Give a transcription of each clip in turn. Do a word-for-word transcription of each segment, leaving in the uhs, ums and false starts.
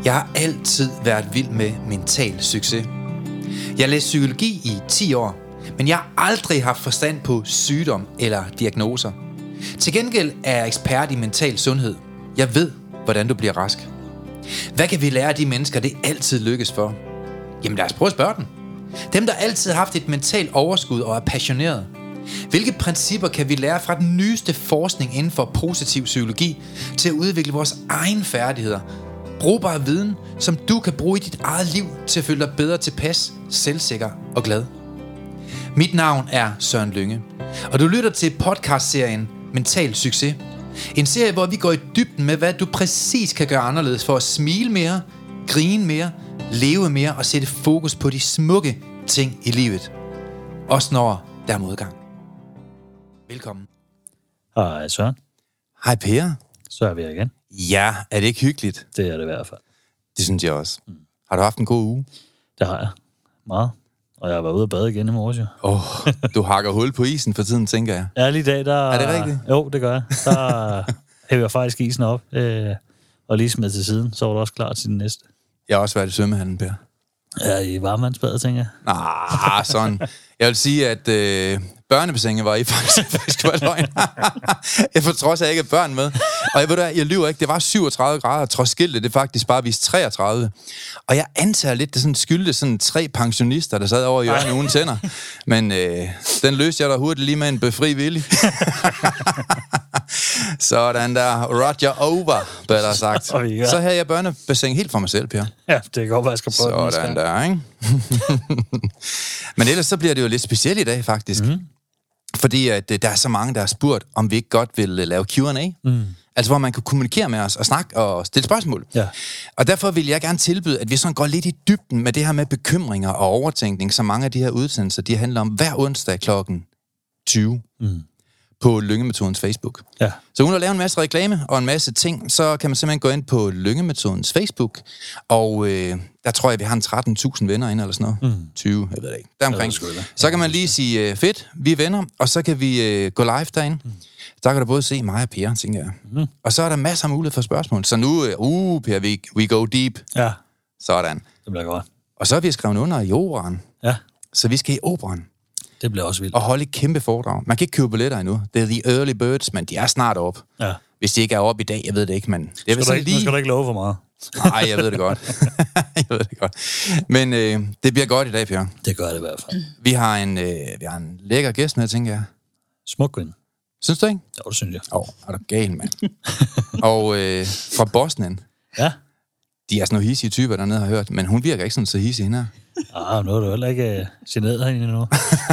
Jeg har altid været vild med mental succes. Jeg læste psykologi i ti år, men jeg har aldrig haft forstand på sygdom eller diagnoser. Til gengæld er jeg ekspert i mental sundhed. Jeg ved, hvordan du bliver rask. Hvad kan vi lære af de mennesker, det altid lykkes for? Jamen lad os prøve at spørge dem. Dem, der altid har haft et mentalt overskud og er passioneret. Hvilke principper kan vi lære fra den nyeste forskning inden for positiv psykologi til at udvikle vores egne færdigheder? Brugbar viden, som du kan bruge i dit eget liv til at føle dig bedre tilpas, selvsikker og glad. Mit navn er Søren Lynge, og du lytter til podcastserien Mental Succes. En serie, hvor vi går i dybden med, hvad du præcis kan gøre anderledes for at smile mere, grine mere, leve mere og sætte fokus på de smukke ting i livet. Også når der er modgang. Velkommen. Hej Søren. Hej Per. Så er vi her igen. Ja, er det ikke hyggeligt? Det er det i hvert fald. Det synes jeg også. Mm. Har du haft en god uge? Det har jeg. Meget. Og jeg har været ude at bade igen i morges, jo. Åh, oh, du hakker hul på isen for tiden, tænker jeg. Ja, lige i dag, der... Er det rigtigt? Jo, det gør jeg. Der hæver jeg faktisk isen op, øh, og lige smed til siden, så var du også klar til den næste. Jeg har også været i svømmehallen, Per. Ja, i varmandsbadet, tænker jeg. Ah, sådan. Jeg vil sige, at øh, børnebassinet var i faktisk var løgn. Jeg får trods af, at jeg ikke er børn med. Og jeg ved da, jeg lyver ikke, det var syvogtredive grader, trods skiltet, det faktisk bare vist treogtredive. Og jeg antager lidt, det sådan skyldte sådan tre pensionister, der sad over i hjørnet uden tænder. Men øh, den løste jeg da hurtigt lige med en befri vilje. Sådan der, Roger over, bedre sagt. Så havde jeg børnebassin helt for mig selv, Per. Ja, det kan godt være, jeg skal prøve. Sådan der, ikke? Men ellers så bliver det jo lidt specielt i dag, faktisk. Mm. Fordi at, der er så mange, der har spurgt, om vi ikke godt vil lave Q and A. Mm. Altså, hvor man kan kommunikere med os og snakke og stille spørgsmål. Ja. Og derfor vil jeg gerne tilbyde, at vi sådan går lidt i dybden med det her med bekymringer og overtænkning, som mange af de her udsendelser, de handler om hver onsdag klokken tyve. Mm. På Lyngemetodens Facebook. Ja. Så uden at lave en masse reklame og en masse ting, så kan man simpelthen gå ind på Lyngemetodens Facebook, og øh, der tror jeg, vi har en tretten tusind venner inde, eller sådan noget. Mm. tyve, jeg ved det ikke. Deromkring. Så kan man lige sige, øh, fedt, vi er venner, og så kan vi øh, gå live derinde. Mm. Der kan du både se mig og Per, tænker jeg. Mm. Og så er der masser af mulighed for spørgsmål. Så nu, øh, uh, Per, we, we go deep. Ja. Sådan. Det bliver godt. Og så er vi skrevet under i operaen. Ja. Så vi skal i operaen. Det bliver også vildt. Og holde et kæmpe foredrag. Man kan ikke købe billetter endnu. Det er the early birds, men de er snart op. Ja. Hvis de ikke er oppe i dag, jeg ved det ikke, men... Det skal, du ikke, lige... skal du ikke love for meget. Nej, jeg ved det godt. jeg ved det godt. Men øh, det bliver godt i dag, Per. Det gør det i hvert fald. Vi har en, øh, vi har en lækker gæst med, tænker jeg. Smuk kvinde. Synes du ikke? Jo, det synes jeg. Åh, oh, er du gal, mand. Og øh, fra Bosnien. Ja. De er sådan nogle hissige typer dernede, har jeg hørt, men hun virker ikke sådan så hissig hende her. Ah, nu er du heller ikke uh, generet herinde endnu.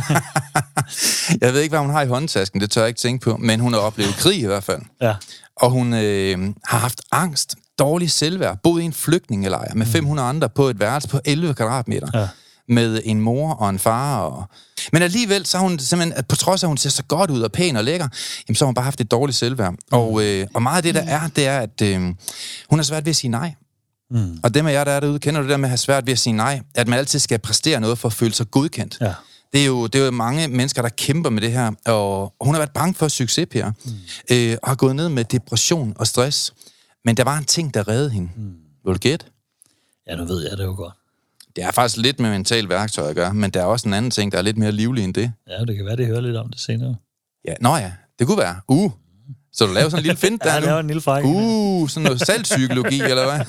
Jeg ved ikke, hvad hun har i håndtasken, det tør jeg ikke tænke på, men hun har oplevet krig i hvert fald. Ja. Og hun øh, har haft angst, dårlig selvværd, boet i en flygtningelejr med fem hundrede andre på et værelse på elleve kvadratmeter. Ja. Med en mor og en far. Og... Men alligevel, så har hun simpelthen, på trods af, at hun ser så godt ud og pæn og lækker, jamen, så har hun bare haft et dårligt selvværd. Mm. Og, øh, og meget af det, der er, det er, at øh, hun har svært ved at sige nej. Mm. Og dem af jer, der er derude, kender du det der med at have svært ved at sige nej? At man altid skal præstere noget for at føle sig godkendt. Ja. Det er, jo, det er jo mange mennesker, der kæmper med det her, og hun har været bange for succes, Per. Mm. Øh, og har gået ned med depression og stress. Men der var en ting, der reddede hende. Mm. Vil du gætte? Ja, nu ved jeg det jo godt. Det er faktisk lidt med mental værktøj at gøre, men der er også en anden ting, der er lidt mere livlig end det. Ja, det kan være, det hører lidt om det senere. Ja, nå ja, det kunne være. Uh, så du laver sådan en lille fint der ja, nu? Ja, laver en lille fejl. Uh, sådan noget salgspsykologi, eller hvad?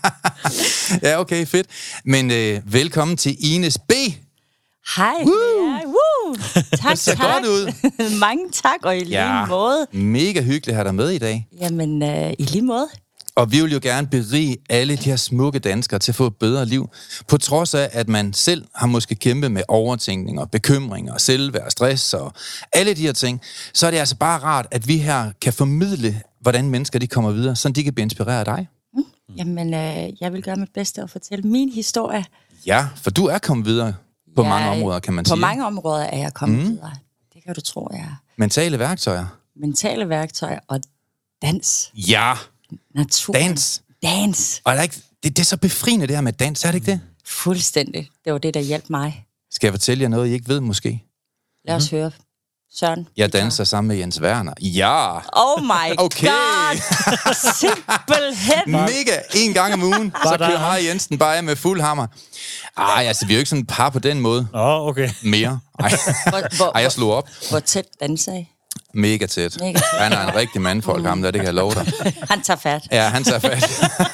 Ja, okay, fedt. Men øh, velkommen til Ines B. Hej. Woo! Ja, woo! Tak, det ser tak. godt ud. Mange tak, og i lige ja, måde. Mega hyggeligt at have dig med i dag. Jamen, øh, i lige måde. Og vi vil jo gerne berige alle de her smukke danskere til at få et bedre liv. På trods af, at man selv har måske kæmpet med overtænkning og bekymringer og selvværd og stress og alle de her ting, så er det altså bare rart, at vi her kan formidle, hvordan mennesker de kommer videre, så de kan blive inspireret af dig. Mm. Jamen, øh, jeg vil gøre mit bedste at fortælle min historie. Ja, for du er kommet videre på ja, mange områder, kan man på sige. På mange områder er jeg kommet mm. videre. Det kan du tro, jeg er. Mentale værktøjer. Mentale værktøjer og dans. Ja. Natur. Dans. Dans. Og er ikke, det, det er så befriende det her med dans, er det ikke det? Fuldstændig. Det var det, der hjalp mig. Skal jeg fortælle jer noget, I ikke ved måske? Lad os mm. høre. Søren. Jeg danser sammen med Jens Werner. Ja! Oh my Okay. god! Simpelthen! Mega! En gang om ugen, så kører mig og Jensen bare med fuld hammer. Ej, altså, vi er jo ikke sådan et par på den måde. Åh, oh, okay. Mere. Ej, Hvor, hvor, Ej jeg slog op. hvor tæt danser I? Mega tæt. Mega tæt. Han er en rigtig mandfolk, ham der, det kan jeg love dig. Han tager fat. Ja, han tager fat.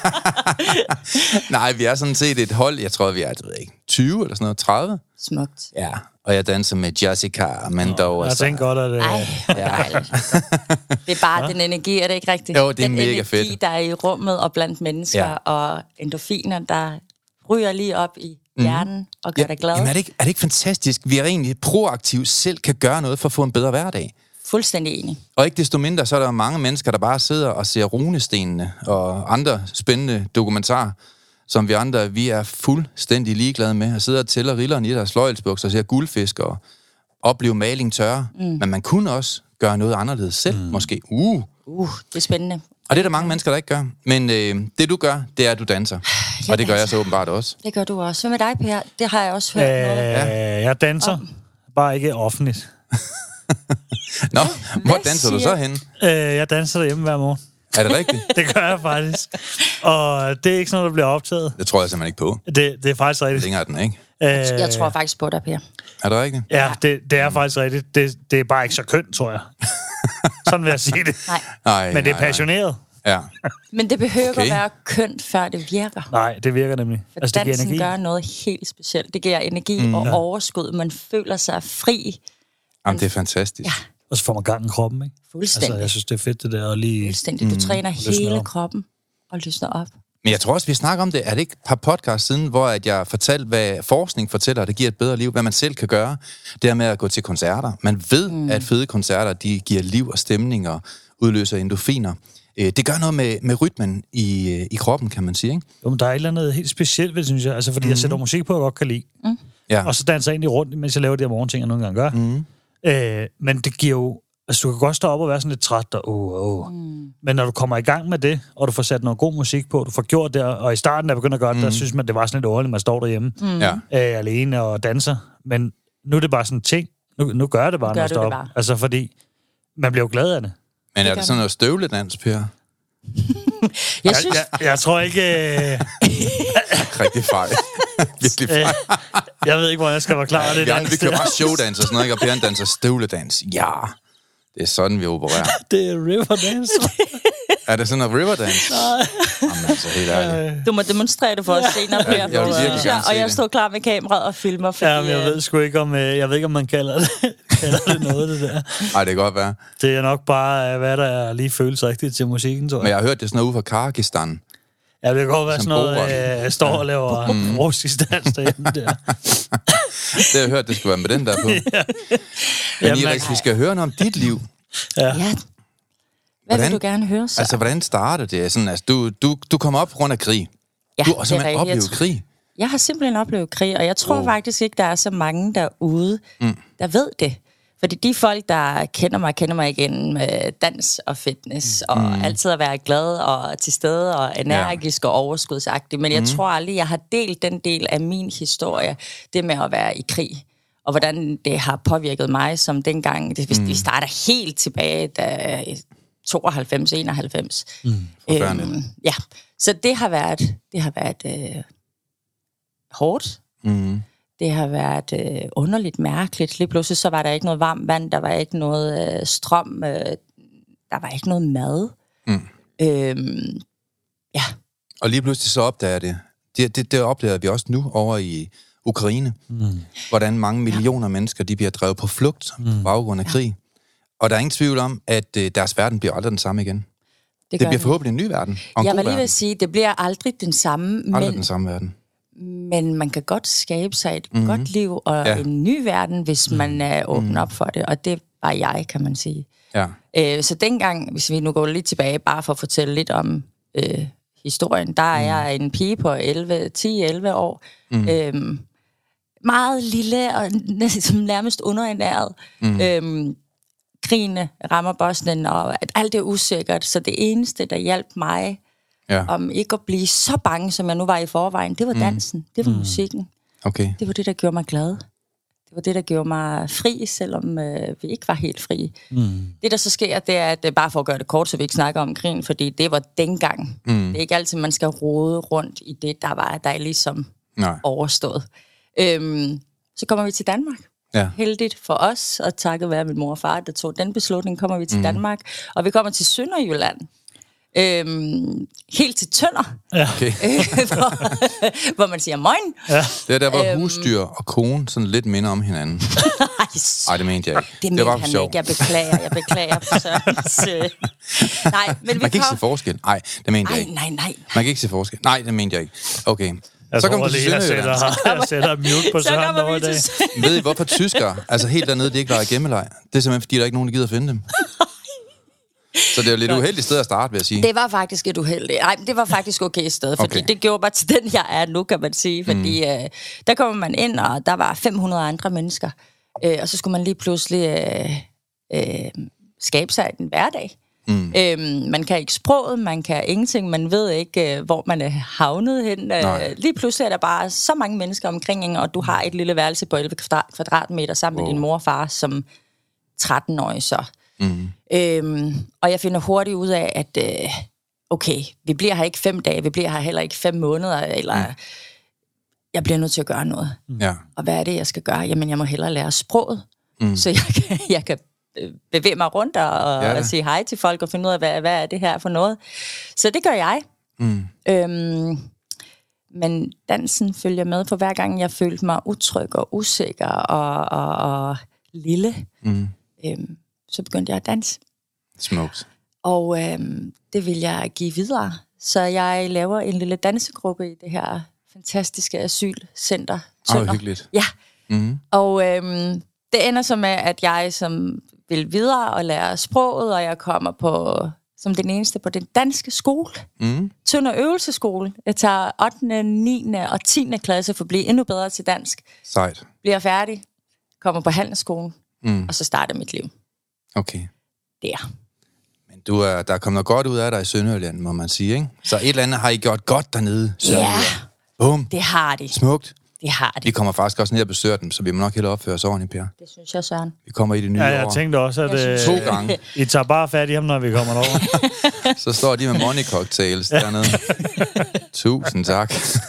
Nej, vi er sådan set et hold, jeg tror, vi er, jeg ved ikke, tyve eller sådan noget, tredive. Smukt. Ja, og jeg danser med Jessica Mando. Jeg tænker godt, at... Øh... Ej, ja. Det er bare ja. den energi, er det ikke rigtigt? Jo, det er den mega energi, fedt. der er i rummet og blandt mennesker, Ja. og endorfiner, der ryger lige op i hjernen mm. og gør Ja, dig glad. jamen, er, det ikke, er det ikke fantastisk? Vi er egentlig proaktivt selv kan gøre noget for at få en bedre hverdag. Fuldstændig enig. Og ikke desto mindre, så er der mange mennesker, der bare sidder og ser runestenene og andre spændende dokumentarer, som vi andre, vi er fuldstændig ligeglade med. At sidde og tæller rillerne i deres fløjelsbukser og ser guldfisk og opleve maling tørre. Mm. Men man kunne også gøre noget anderledes selv, mm. måske. Uh. Uh, det er spændende. Og det er der mange mennesker, der ikke gør. Men øh, det du gør, det er, at du danser. Jeg og det gør jeg danser. så åbenbart også. Det gør du også. Hvad med dig, Per? Det har jeg også hørt Øh, noget. ja. Jeg danser, Om. bare ikke offentligt. Nå, hvor Hvad danser du siger- så henne? Øh, jeg danser derhjemme hver morgen. Er det rigtigt? Det gør jeg faktisk. Og det er ikke sådan noget, der bliver optaget. Det tror jeg simpelthen ikke på. Det, det er faktisk rigtigt. Længere er den, ikke? Øh, Jeg tror faktisk på dig, Per. Er det rigtigt? Ja, det, det er faktisk rigtigt. Det, det er bare ikke så kønt, tror jeg. Sådan vil jeg sige det. Nej. Nej, Men det er nej, nej. passioneret. Ja. Men det behøver ikke Okay. at være kønt, før det virker. Nej, det virker nemlig. For Altså, det giver dansen energi. gør noget helt specielt. Det giver energi mm, og ja. overskud. Man føler sig fri. Jamen, det er fantastisk. Ja. Og så får man gang i kroppen, ikke? Fuldstændig. Altså, jeg synes, det er fedt, det der. Og lige... Fuldstændig. Du træner hele op. kroppen og løsner op. Men jeg tror også, vi snakker om det. Er det ikke et par podcasts siden, hvor at jeg fortalte, hvad forskning fortæller, at det giver et bedre liv, hvad man selv kan gøre? Det er med at gå til koncerter. Man ved, mm. at fede koncerter, de giver liv og stemning og udløser endorfiner. Det gør noget med, med rytmen i, i kroppen, kan man sige, ikke? Jo, men der er et eller andet helt specielt ved det, synes jeg. Altså, fordi mm. jeg sætter musik på, jeg godt kan lide. Mm. Ja. Og så danser jeg egentlig rundt, mens jeg laver de her morgenting, jeg nogle gange gør. Mm. Øh, men det giver jo... Altså, du kan godt stå op og være sådan lidt træt, og åh, åh. Mm. Men når du kommer i gang med det, og du får sat noget god musik på, du får gjort det, og i starten, da jeg begyndte at gøre det, mm. der synes man, det var sådan lidt overligt, man står derhjemme Mm. Ja. øh, alene og danser. Men nu er det bare sådan en ting. Nu, nu gør jeg det bare, gør når jeg du står det op. bare. Altså, fordi man bliver jo glad af det. Men er gør det sådan noget støvledans, Per? Jeg synes, Jeg, jeg, jeg tror ikke... Øh, Rigtig fejl. Virkelig fejl. øh, jeg ved ikke, hvor jeg skal være klar. Det, Vi andre, vi kører der. bare showdans og sådan noget, ikke? Og Per han danser støvledans. Ja, det er sådan, vi opererer. det er Riverdance. Er det sådan noget riverdance? Jamen, altså, helt ærligt. du må demonstrere det for os senere, Per. Ja, jeg vil Det virkelig synes jeg. gerne se Og jeg det. står klar med kameraet og filmer, fordi... Ja, men jeg ved sgu ikke, om, øh, jeg ved ikke, om man kalder det, kalder det noget, det der. Ej, det kan godt være. Det er nok bare, øh, hvad der lige føles rigtigt til musikken, tror jeg. Men jeg har hørt det er sådan noget ude fra Kyrgyzstan. Ja, det kan godt være Som sådan noget, Borat. øh, jeg står og laver mm. russisk dans derhjemme der. Det har jeg hørt, det skulle være med den der på. Men Jamen, Iris, vi skal høre noget om dit liv. Ja. Ja. Hvad Hvordan- vil du gerne høre så? Altså, hvordan startede det? Sådan, altså, du, du, du kom op på grund af krig. ja, Du har det er simpelthen rigtigt. oplevet Jeg tror- krig. Jeg har simpelthen oplevet krig, og jeg tror Oh. oh. faktisk ikke, der er så mange derude, mm. der ved det. Fordi de folk, der kender mig, kender mig igen med dans og fitness, mm. og altid at være glad og til stede og energisk ja. og overskudsagtig. Men jeg mm. tror aldrig, jeg har delt den del af min historie, det med at være i krig. Og hvordan det har påvirket mig, som dengang, det, hvis mm. vi starter helt tilbage, da tooghalvfems enoghalvfems. Mm. Forfærdeligt. ja, så det har været, det har været øh, hårdt. Mm. Det har været øh, underligt mærkeligt. Lige pludselig så var der ikke noget varmt vand, der var ikke noget øh, strøm, øh, der var ikke noget mad. Mm. Øhm, ja. Og lige pludselig så opdager jeg det. Det, det, det opdager vi også nu over i Ukraine. Mm. Hvordan mange millioner ja. mennesker, de bliver drevet på flugt mm. på baggrund af krig. Og der er ingen tvivl om, at øh, deres verden bliver aldrig den samme igen. Det, det bliver det. forhåbentlig en ny verden. Og en Jeg god var lige ved verden. at sige, det bliver aldrig den samme, Aldrig men, den samme verden. men man kan godt skabe sig et Mhm. godt liv og Ja. en ny verden, hvis man er åben Mhm. op for det. Og det var jeg, kan man sige. Ja. Øh, så dengang, hvis vi nu går lidt tilbage, bare for at fortælle lidt om øh, historien, der er jeg en pige på elleve, ti elleve år. Mm. Øhm, meget lille og næsten nærmest underernæret. Mm. Øhm, krigene rammer Bosnien, og at alt er usikkert. Så det eneste, der hjalp mig Ja. om ikke at blive så bange, som jeg nu var i forvejen, det var dansen, det var Mm. musikken. Okay. Det var det, der gjorde mig glad. Det Det var det, der gjorde mig fri, selvom øh, vi ikke var helt frie. Mm. Det, der så sker, det er, at bare for at gøre det kort, så vi ikke snakker om krigen, fordi det var dengang. Mm. Det er ikke altid, man skal rode rundt i det, der var der ligesom Nej. overstået. Øhm, så kommer vi til Danmark. Ja. Heldigt for os, og takket være min mor og far, der tog den beslutning, kommer vi til mm. Danmark. Og vi kommer til Sønderjylland. Øhm, helt til Tønder. Ja. Okay. hvor, hvor man siger moin. Ja. Det er der, hvor Øhm. husdyr og kone sådan lidt minder om hinanden. Nej, det mente jeg ikke. Det mente var han sjov. ikke. Jeg beklager, jeg beklager på Sørens. øh. Nej, men vi Man kan ikke kom... se forskel. Nej, det mente jeg Nej, ikke. nej, nej. Man kan ikke se forskel. Nej, det mente jeg ikke. Okay. Jeg så tror kommer vi til lige, jeg Sønderjylland. sætter, jeg sætter mute på Så Søren kommer over vi i dag. til Ved I, hvorfor tyskere, altså helt dernede, de ikke leger gemmeleg? Det er simpelthen, fordi der er ikke nogen, der gider at finde dem. Så det er jo lidt uheldigt sted at starte, vil jeg sige. Det var faktisk et uheldigt. Nej, det var faktisk okay sted, fordi Okay. det gjorde mig til den, jeg er nu, kan man sige. Fordi mm. øh, der kommer man ind, og der var fem hundrede andre mennesker. Øh, og så skulle man lige pludselig øh, øh, skabe sig en hverdag. Mm. Øh, man kan ikke sproget, man kan ingenting, man ved ikke, øh, hvor man er havnet hen. Øh, lige pludselig er der bare så mange mennesker omkring, og du har et lille værelse på elleve kvadratmeter sammen wow. med din mor og far som tretten-årig så. Mm. Øhm, og jeg finder hurtigt ud af, at øh, okay, vi bliver her ikke fem dage, vi bliver her heller ikke fem måneder, eller mm. jeg bliver nødt til at gøre noget. Ja. Og hvad er det, jeg skal gøre? Jamen, jeg må hellere lære sproget, mm. så jeg kan, jeg kan bevæge mig rundt og, ja. og sige hej til folk og finde ud af, hvad, hvad er det her for noget. Så det gør jeg. Mm. Øhm, men dansen følger med, for hver gang jeg følte mig utryg og usikker og, og, og lille, mm. øhm, så begyndte jeg at danse. Smukt. Og øhm, det vil jeg give videre. Så jeg laver en lille dansegruppe i det her fantastiske asylcenter. Åh, oh, hyggeligt. Ja. Mm-hmm. Og øhm, det ender så med, at jeg som vil videre og lære sproget, og jeg kommer på som den eneste på den danske skole. Mm. Tønder øvelseskole. Jeg tager ottende, niende og tiende klasse for at blive endnu bedre til dansk. Sejt. Bliver færdig, kommer på handelsskolen, mm. og så starter mit liv. Okay. Der. Men du er, der er kommet noget godt ud af dig i Sønderjylland, må man sige, ikke? Så et eller andet har I gjort godt dernede. Ja, Bum. det har de. Smukt. Det har de. Vi kommer faktisk også ned og besøger dem, så vi må nok hellere opføre os ordentligt, Per. Det synes jeg, Søren. Vi kommer i det nye år. Ja, jeg tænkte også, at Jeg øh, To gange. I tager bare fat i ham, når vi kommer derover. Så står de med money cocktails dernede. Tusind tak.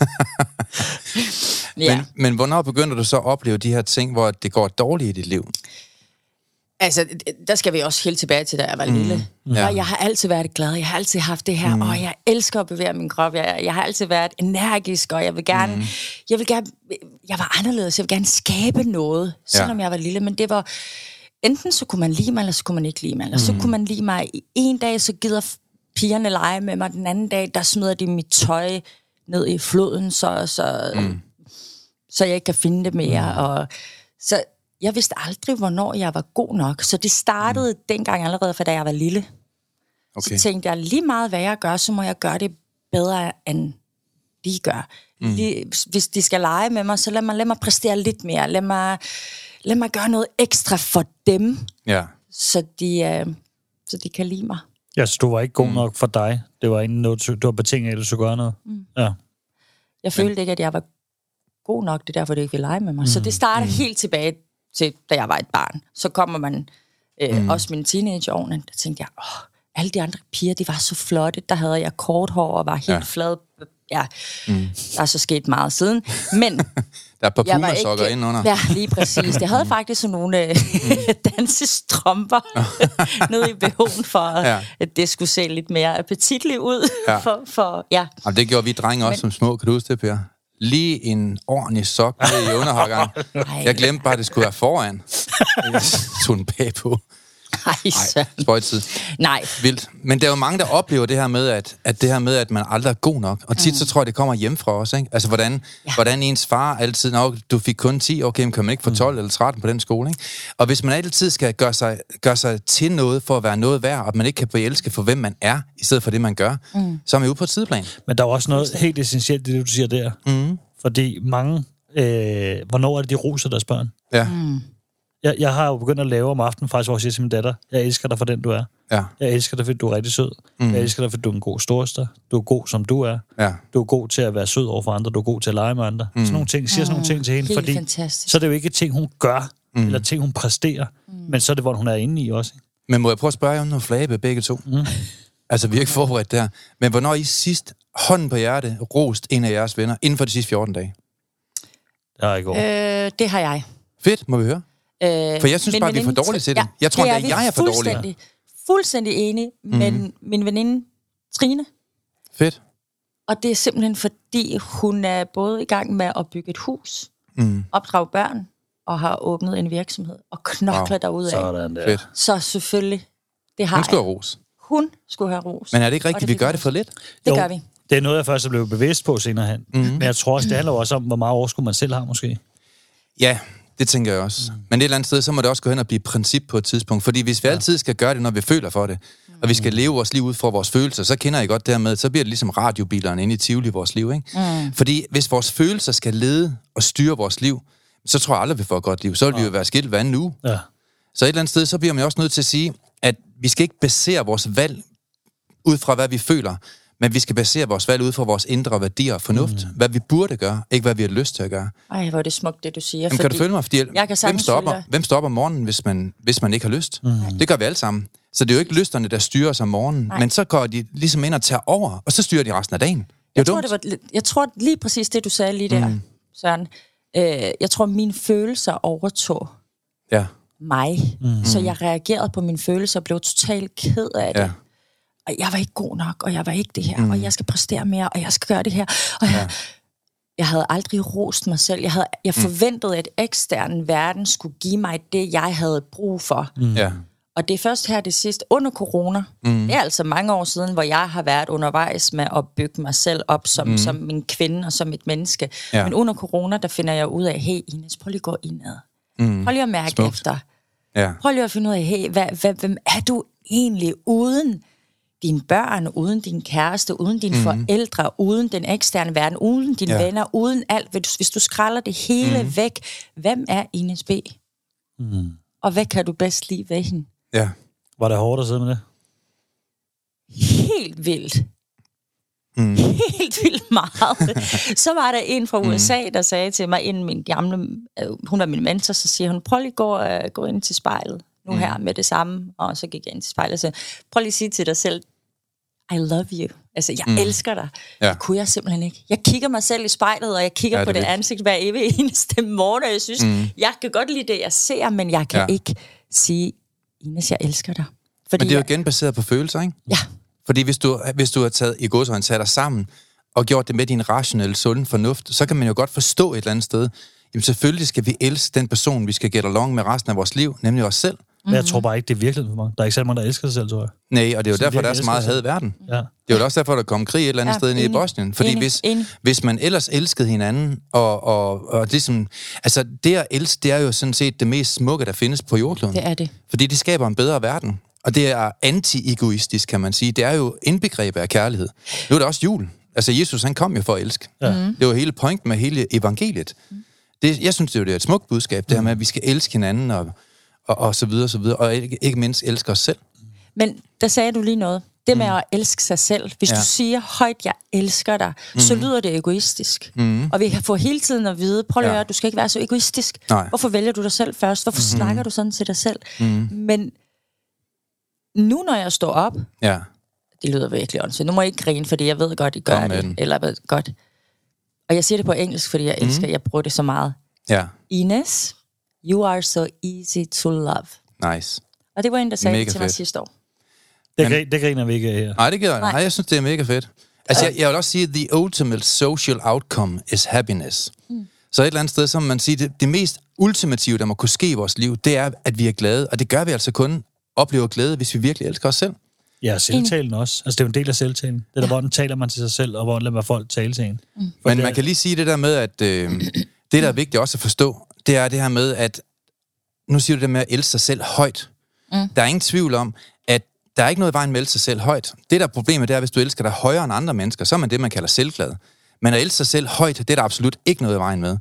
Ja. men, men hvornår begynder du så at opleve de her ting, hvor det går dårligt i dit liv? Altså, der skal vi også helt tilbage til, da jeg var lille. Mm. Ja. Og jeg har altid været glad. Jeg har altid haft det her, mm. og jeg elsker at bevæge min krop. Jeg, jeg har altid været energisk, og jeg vil gerne, mm. jeg vil gerne, jeg var anderledes. Jeg vil gerne skabe noget, selvom ja. jeg var lille. Men det var, enten så kunne man lide mig, eller så kunne man ikke lide mig. Eller mm. så kunne man lide mig i en dag, så gider pigerne lege med mig. Den anden dag, der smider de mit tøj ned i floden, så, så, mm. så jeg ikke kan finde det mere. Mm. Og så jeg vidste aldrig, hvornår jeg var god nok. Så det startede mm. dengang allerede, fra da jeg var lille. Okay. Så tænkte jeg, lige meget hvad jeg gør, så må jeg gøre det bedre, end de gør. Mm. Lige, hvis de skal lege med mig, så lad mig, lad mig præstere lidt mere. Lad mig, lad mig gøre noget ekstra for dem, ja. så, de, øh, så de kan lide mig. Ja, så du var ikke god mm. nok for dig. Det var ikke noget, du var betinget, at du skulle gøre noget. Mm. Ja. Jeg følte Men. ikke, at jeg var god nok. Det er derfor, de ikke ville lege med mig. Mm. Så det startede mm. helt tilbage til, da jeg var et barn. Så kommer man, øh, mm. også mine teenageårene, der tænkte jeg, åh, alle de andre piger, de var så flotte. Der havde jeg kort hår og var helt ja. flad. Ja, mm. der er så sket meget siden. Men der er et par pumasokker indenunder. Ja, lige præcis. Jeg havde faktisk sådan nogle øh, dansestrømper nede i B H'en, for ja. at det skulle se lidt mere appetitligt ud. Ja. for, for, ja. Og det gjorde vi drenge også Men, som små. Kan du huske det, Per? Lige en ordentlig sok ned i underholderen. Jeg glemte bare, at det skulle være foran. Jeg tog den bagpå. Nej, spøjtid. Nej. Vildt. Men der er jo mange, der oplever det her med, at, at det her med, at man aldrig er god nok. Og tit mm. så tror jeg, det kommer hjem fra os, ikke? Altså, hvordan, ja. hvordan ens far altid, nå, du fik kun ti, okay, men kan man ikke få tolv mm. eller tretten på den skole, ikke? Og hvis man altid skal gøre sig, gøre sig til noget for at være noget værd, og man ikke kan blive elsket for, hvem man er, i stedet for det, man gør, mm. så er man ude på et sideplan. Men der er også noget helt essentielt i det, du siger der. Mm. Fordi mange, øh, hvornår er det, de roser deres børn? Ja. Mm. Jeg, jeg har jo begyndt at lave om aftenen faktisk, hvor jeg siger til min datter, jeg elsker dig for den, du er. Ja. Jeg elsker dig, fordi du er rigtig sød. Mm. Jeg elsker dig, fordi du er en god storesøster. Du er god, som du er. Ja. Du er god til at være sød over for andre. Du er god til at lege med andre. Mm. Sådan nogle ting. Siger sådan nogle ting til hende, Helt fordi fantastisk. så er det jo ikke ting, hun gør, mm. eller ting, hun præsterer, mm. men så er det, hvor hun er inde i også. Men må jeg prøve at spørge jer om noget flabe, begge to? Mm. Altså, vi er ikke forberedt der. Men hvornår I sidst, hånden på hjertet, rost en af jeres venner inden for de sidste fjorten dage? Det har jeg ikke øh, Det har jeg. Fedt, må vi høre? Øh, for jeg synes bare, vi er for dårlige til det. Ja, jeg tror, det er, det er jeg er for dårlig. Fuldstændig, fuldstændig enig, mm. men min veninde Trine. Fedt. Og det er simpelthen fordi, hun er både i gang med at bygge et hus, mm. opdrage børn, og har åbnet en virksomhed, og knokler wow. derudad. Sådan der. Fedt. Så selvfølgelig, det har hun skulle jeg. have ros. Hun skulle have ros. Men er det ikke rigtigt, det vi gør det for lidt? Det jo, gør vi. Det er noget, jeg først er blevet bevidst på senere hen. Mm. Men jeg tror også, det handler også om, hvor meget overskud man selv har, måske. Ja, det tænker jeg også. Mm. Men et eller andet sted, så må det også gå hen og blive princip på et tidspunkt. Fordi hvis vi ja. altid skal gøre det, når vi føler for det, mm. og vi skal leve vores liv ud fra vores følelser, så kender I godt dermed, så bliver det ligesom radiobilerne inde i Tivoli i vores liv, ikke? Mm. Fordi hvis vores følelser skal lede og styre vores liv, så tror jeg aldrig, vi får et godt liv. Så vil ja. vi jo være skilt hver anden uge. Ja. Så et eller andet sted, så bliver man også nødt til at sige, at vi skal ikke basere vores valg ud fra, hvad vi føler, men vi skal basere vores valg ud fra vores indre værdier og fornuft. Mm. Hvad vi burde gøre, ikke hvad vi har lyst til at gøre. Ej, hvor er det smukt, det du siger. Jamen, kan du følge mig? Fordi jeg kan hvem, stopper, hvem stopper om morgenen, hvis man, hvis man ikke har lyst? Mm. Det gør vi alle sammen. Så det er jo ikke lysterne, der styrer os om morgenen, Nej. men så går de ligesom ind og tager over, og så styrer de resten af dagen. Det jeg, tror, det var, jeg tror lige præcis det, du sagde lige der, mm. Søren. Øh, jeg tror, mine følelser overtog ja. mig. Mm. Så jeg reagerede på mine følelser og blev totalt ked af det. Ja. Og jeg var ikke god nok, og jeg var ikke det her, mm. og jeg skal præstere mere, og jeg skal gøre det her. Og jeg, ja. jeg havde aldrig rost mig selv. Jeg, havde, jeg forventede, at ekstern verden skulle give mig det, jeg havde brug for. Mm. Ja. Og det er først her det sidste, under corona. Mm. Det er altså mange år siden, hvor jeg har været undervejs med at bygge mig selv op som, mm. som min kvinde og som et menneske. Ja. Men under corona, der finder jeg ud af, hey Ines, prøv lige at gå indad. Mm. Prøv lige at mærke Smukt. efter. Ja. Prøv lige at finde ud af, hey, hvad, hvad, hvem er du egentlig uden dine børn, uden din kæreste, uden dine mm. forældre, uden den eksterne verden, uden dine ja. venner, uden alt. Hvis, hvis du skralder det hele mm. væk, hvem er Ines B? Mm. Og hvad kan du bedst lide ved hende? Ja. Var det hårdt at sidde med det? Helt vildt. Mm. Helt vildt meget. Så var der en fra U S A, der sagde til mig, inden min gamle, hun var min mentor, så siger hun, prøv lige at gå, uh, gå ind til spejlet nu mm. her med det samme. Og så gik jeg ind til spejlet og sagde, prøv lige at sige til dig selv, I love you. Altså, jeg mm. elsker dig. Ja. Det kunne jeg simpelthen ikke. Jeg kigger mig selv i spejlet, og jeg kigger ja, det på det vildt. ansigt hver evig eneste morgen, og jeg synes, mm. jeg kan godt lide det, jeg ser, men jeg kan ja. ikke sige, Ines, jeg elsker dig. Fordi men det er jo igen baseret på følelser, ikke? Ja. Fordi hvis du, hvis du har taget i godsøjne, taget dig sammen, og gjort det med din rationelle, sunde fornuft, så kan man jo godt forstå et eller andet sted, jamen selvfølgelig skal vi elske den person, vi skal get along med resten af vores liv, nemlig os selv. Men jeg tror bare ikke, det er virkelig for mig. Der er ikke så mange, der elsker sig selv, tror jeg. Nej, og det er jo så derfor, der er så meget had i verden. Ja. Det er jo også derfor, der kom krig et eller andet ja, sted inde i Bosnien. Fordi enig, hvis, enig. hvis man ellers elskede hinanden, og, og, og det som... Altså, det at elske, det er jo sådan set det mest smukke, der findes på jordkloden. Det er det. Fordi det skaber en bedre verden. Og det er anti-egoistisk, kan man sige. Det er jo indbegrebet af kærlighed. Nu er det også jul. Altså, Jesus, han kom jo for at elske. Ja. Mm. Det var hele pointen med hele evangeliet. Mm. Det, jeg synes, det er jo det er et smukt budskab, det her med, at vi skal elske hinanden, og Og, og så videre, så videre. Og ikke, ikke mindst elsker os selv. Men der sagde du lige noget. Det med mm. at elske sig selv. Hvis ja. du siger højt, jeg elsker dig, mm. så lyder det egoistisk. Mm. Og vi kan få hele tiden at vide, prøv at ja. høre, du skal ikke være så egoistisk. Nej. Hvorfor vælger du dig selv først? Hvorfor mm. snakker du sådan til dig selv? Mm. Men nu, når jeg står op, ja. det lyder virkelig åndssvagt. Nu må jeg ikke grine, fordi jeg ved godt, I gør det. Eller ved godt. Og jeg siger det på engelsk, fordi jeg elsker, mm. jeg bruger det så meget. Ja. Ines, you are so easy to love. Nice. Og det var en, der sagde det til mig sidste år. Det, Men, det griner vi ikke af her. Nej, det gør jeg. Nej, jeg synes, det er mega fedt. Altså, jeg, jeg vil også sige, at the ultimate social outcome is happiness. Mm. Så et eller andet sted, så må man sige, det, det mest ultimative, der må kunne ske i vores liv, det er, at vi er glade. Og det gør vi altså kun oplever glæde, hvis vi virkelig elsker os selv. Ja, selvtalen også. Altså, det er jo en del af selvtalen. Det er der, ja. Hvordan taler man til sig selv, og hvordan lader man folk tale til en. Mm. Men man kan lige sige det der med, at øh, det, der er vigtigt også at forstå, det er det her med, at nu siger du det med at elske sig selv højt. Mm. Der er ingen tvivl om, at der er ikke noget i vejen med at elske sig selv højt. Det, der er problemet, det er, hvis du elsker dig højere end andre mennesker, så er man det, man kalder selvglad. Men at elske sig selv højt, det er der absolut ikke noget i vejen med.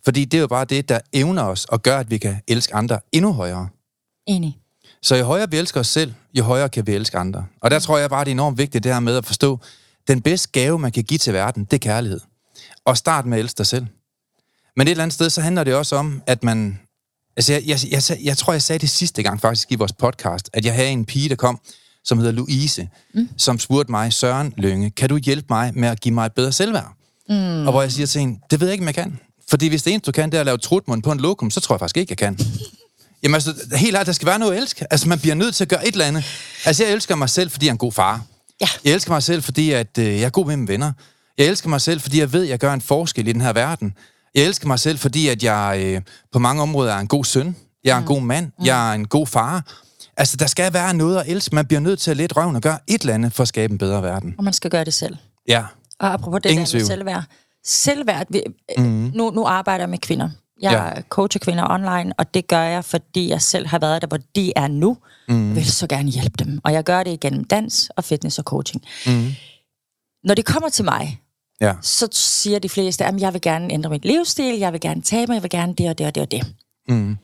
Fordi det er jo bare det, der evner os og gør, at vi kan elske andre endnu højere. Enig. Så jo højere vi elsker os selv, jo højere kan vi elske andre. Og der tror jeg bare, det er enormt vigtigt det her med at forstå, den bedste gave, man kan give til verden, det er kærlighed. Og start med at elske dig selv. Men et eller andet sted, så handler det også om, at man... Altså, jeg, jeg, jeg, jeg tror, jeg sagde det sidste gang faktisk i vores podcast, at jeg havde en pige, der kom, som hedder Louise, mm. som spurgte mig, Søren Lynge, kan du hjælpe mig med at give mig et bedre selvværd? Mm. Og hvor jeg siger til hende, det ved jeg ikke, om jeg kan. Fordi hvis det eneste, du kan, det er at lave trutmund på en lokum, så tror jeg faktisk ikke, jeg kan. Jamen altså, helt ærligt, der skal være noget at elske. Altså, man bliver nødt til at gøre et eller andet. Altså, jeg elsker mig selv, fordi jeg er en god far. Ja. Jeg elsker mig selv, fordi at, øh, jeg er god med mine venner. Jeg elsker mig selv, fordi jeg ved, at jeg gør en forskel i den her verden. Jeg elsker mig selv, fordi at jeg øh, på mange områder er en god søn. Jeg er en mm. god mand. Mm. Jeg er en god far. Altså, der skal være noget at elske. Man bliver nødt til at lette røven og gøre et eller andet for at skabe en bedre verden. Og man skal gøre det selv. Ja. Og apropos det Ingen der med selvværd. Selvværd, vi, mm. nu, nu arbejder jeg med kvinder. Jeg ja. coacher kvinder online, og det gør jeg, fordi jeg selv har været der, hvor de er nu. Mm. Jeg vil så gerne hjælpe dem. Og jeg gør det igennem dans og fitness og coaching. Mm. Når de kommer til mig, ja. så siger de fleste, at jeg vil gerne ændre mit livsstil, jeg vil gerne tabe mig, jeg vil gerne det og det og det og det. Mm.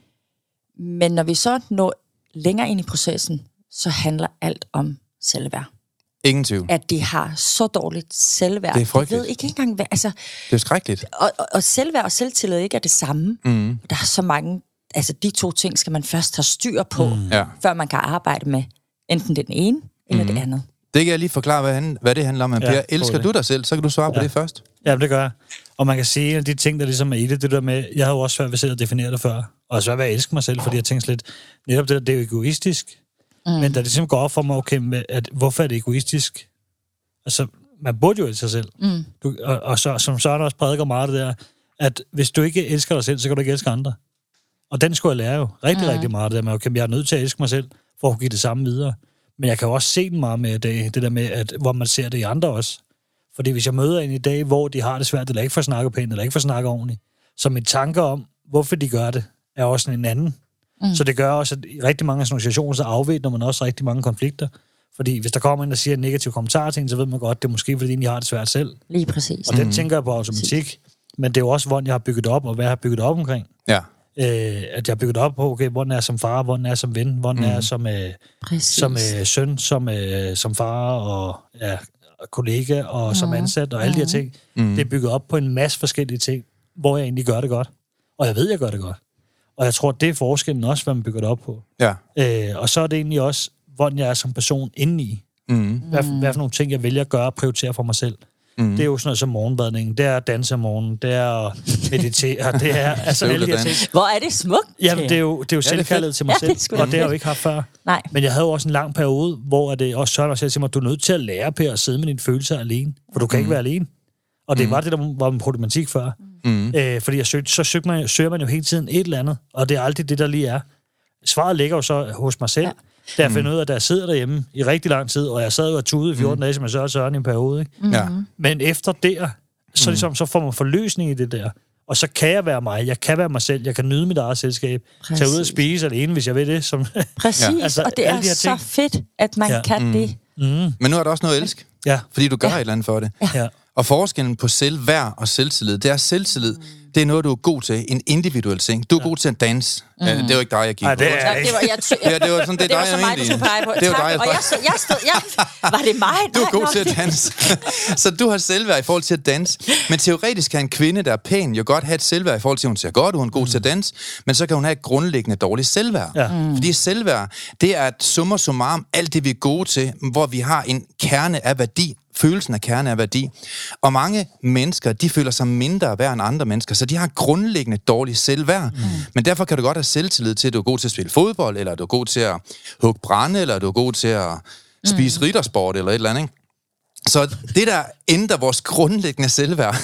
Men når vi så når længere ind i processen, så handler alt om selvværd. Ingen tvivl. At de har så dårligt selvværd. Det er frygteligt. De ved ikke engang, hvad... Altså, det er skrækkeligt. Og, og, og selvværd og selvtillid ikke er det samme. Mm. Der er så mange... Altså, de to ting skal man først have styr på, mm. før man kan arbejde med enten den ene eller mm. det andet. Det kan jeg lige forklare, hvad, han, hvad det handler om. Ja, Per, elsker du dig selv? Så kan du svare ja. på det først. Ja, det gør jeg. Og man kan sige, at de ting, der ligesom er i det, det der med... Jeg havde jo også svært ved selv at definere det før. Og svært ved at elske mig selv, fordi jeg tænkte lidt... Netop det der, det er jo egoistisk. Mm. Men da det simpelthen går op for mig, okay, med, at hvorfor er det egoistisk? Altså, man burde jo elske sig selv. Mm. Du, og, og så, som Søren også prædiker meget det der, at hvis du ikke elsker dig selv, så kan du ikke elske andre. Og den skulle jeg lære jo rigtig, mm. rigtig meget. Det der med, okay, jeg er nødt til at elske mig selv, for at kunne give det samme videre. Men jeg kan jo også se den meget med det, det der med, at, hvor man ser det i andre også. Fordi hvis jeg møder en i dag, hvor de har det svært, eller ikke får snakket pænt, eller ikke får snakket ordentligt, så min tanker om, hvorfor de gør det, er også en anden. Mm. Så det gør også, at i rigtig mange af sådan nogle situationer, så afvæbner man også rigtig mange konflikter. Fordi hvis der kommer en, der siger en negativ kommentar til en, så ved man godt, det er måske, fordi de har det svært selv. Lige præcis. Og mm. den tænker jeg på automatik. Men det er jo også, hvordan jeg har bygget op, og hvad jeg har bygget op omkring. Ja. Øh, at jeg har bygget op på, okay, hvordan er jeg som far, hvordan er jeg som ven, hvordan mm. er jeg som, øh, som øh, søn, som, øh, som far og ja, kollega og mm. som ansat, og alle mm. de her ting. Mm. Det er bygget op på en masse forskellige ting, hvor jeg egentlig gør det godt. Og jeg ved, jeg gør det godt. Og jeg tror, det er forskellen også, hvad man bygger det op på. Ja. Øh, og så er det egentlig også, hvordan jeg er som person indeni. Mm. Hvad, hvad for nogle ting, jeg vælger at gøre og prioritere for mig selv. Mm. Det er jo sådan noget som morgenbadning, det er at danse om morgenen, det er at meditere, det er altså alle de her ting. Hvor er det smukt? Jamen, det er jo, det er jo ja, selvkærlighed til mig ja, selv, og det har jeg jo ikke haft før. Nej. Men jeg havde jo også en lang periode, hvor det også Søren også sagde til mig, du er nødt til at lære, Per, at sidde med dine følelser alene, for du kan mm. ikke være alene. Og det mm. var det, der var en problematik før. Mm. Æ, fordi jeg søg, så søger man, søger man jo hele tiden et eller andet, og det er aldrig det, der lige er. Svaret ligger jo så hos mig selv. Ja. Da jeg finder ud af, at jeg sidder derhjemme i rigtig lang tid, og jeg sad jo og tudede i fjorten mm. dage, som jeg så Søren i en periode. Ikke? Mm. Ja. Men efter der, så, ligesom, så får man forløsning i det der. Og så kan jeg være mig. Jeg kan være mig selv. Jeg kan nyde mit eget selskab. Præcis. Tage ud og spise alene, hvis jeg vil det. Som Præcis, ja. altså, og det er de så fedt, at man ja. kan mm. det. Mm. Men nu er der også noget elsk. Ja. Fordi du gør ja. et eller andet for det. Ja. Og forskellen på selvværd og selvtillid, det er selvtillid. Det er noget, du er god til. En individuel ting. Du er ja. god til at danse. Mm. Ja, det er jo ikke dig, jeg gik Ej, det er ja, det var, jeg t- ja, det var sådan, det, det er dig, jeg egentlig. Det var så mig, du dig, og jeg stod, jeg stod, jeg, var det mig? Du er god til at danse. Så du har selvværd i forhold til at danse. Men teoretisk kan en kvinde, der er pæn, jo godt have et selvværd i forhold til, at hun ser godt, hun er god mm. til at danse, men så kan hun have et grundlæggende dårligt selvværd. Ja. Mm. Fordi selvværd, det er et summa summarum, alt det vi er gode til, hvor vi har en kerne af værdi, følelsen af kerne af værdi. Og mange mennesker, de føler sig mindre værd end andre mennesker, så de har grundlæggende dårligt selvværd. Mm. Men derfor kan du godt have selvtillid til, at du er god til at spille fodbold, eller du er god til at hugge brænde, eller du er god til at spise mm. riddersport, eller et eller andet, ikke? Så det, der ændrer vores grundlæggende selvværd,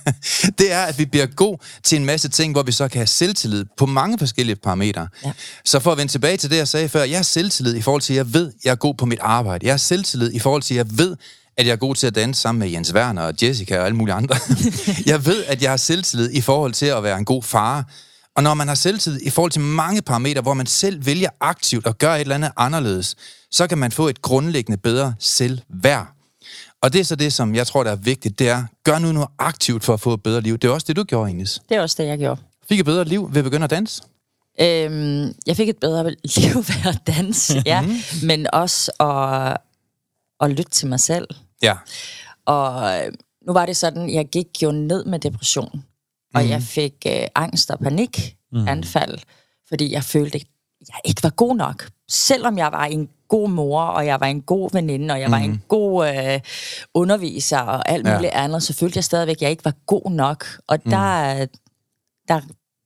det er, at vi bliver god til en masse ting, hvor vi så kan have selvtillid på mange forskellige parametre. Ja. Så for at vende tilbage til det, jeg sagde før, jeg har selvtillid i forhold til, at jeg ved, at jeg er god på mit arbejde. Jeg har selvtillid i forhold til, at jeg ved, at jeg er god til at danse sammen med Jens Werner og Jessica og alle mulige andre. Jeg ved, at jeg har selvtillid i forhold til at være en god far. Og når man har selvtillid i forhold til mange parametre, hvor man selv vælger aktivt at gøre et eller andet anderledes, så kan man få et grundlæggende bedre selvværd. Og det er så det, som jeg tror, der er vigtigt, det er, gør nu noget aktivt for at få et bedre liv. Det er også det, du gjorde, Ines. Det er også det, jeg gjorde. Fik et bedre liv ved at begynde at danse? Øhm, jeg fik et bedre liv ved at danse, ja. Men også at, at lytte til mig selv. Ja. Og nu var det sådan, jeg gik jo ned med depression. Og mm. jeg fik øh, angst og panik, mm. anfald, fordi jeg følte, at jeg ikke var god nok. Selvom jeg var en god mor, og jeg var en god veninde, og jeg mm. var en god øh, underviser, og alt muligt ja. andet, så følte jeg stadigvæk, at jeg ikke var god nok. Og mm. der, der,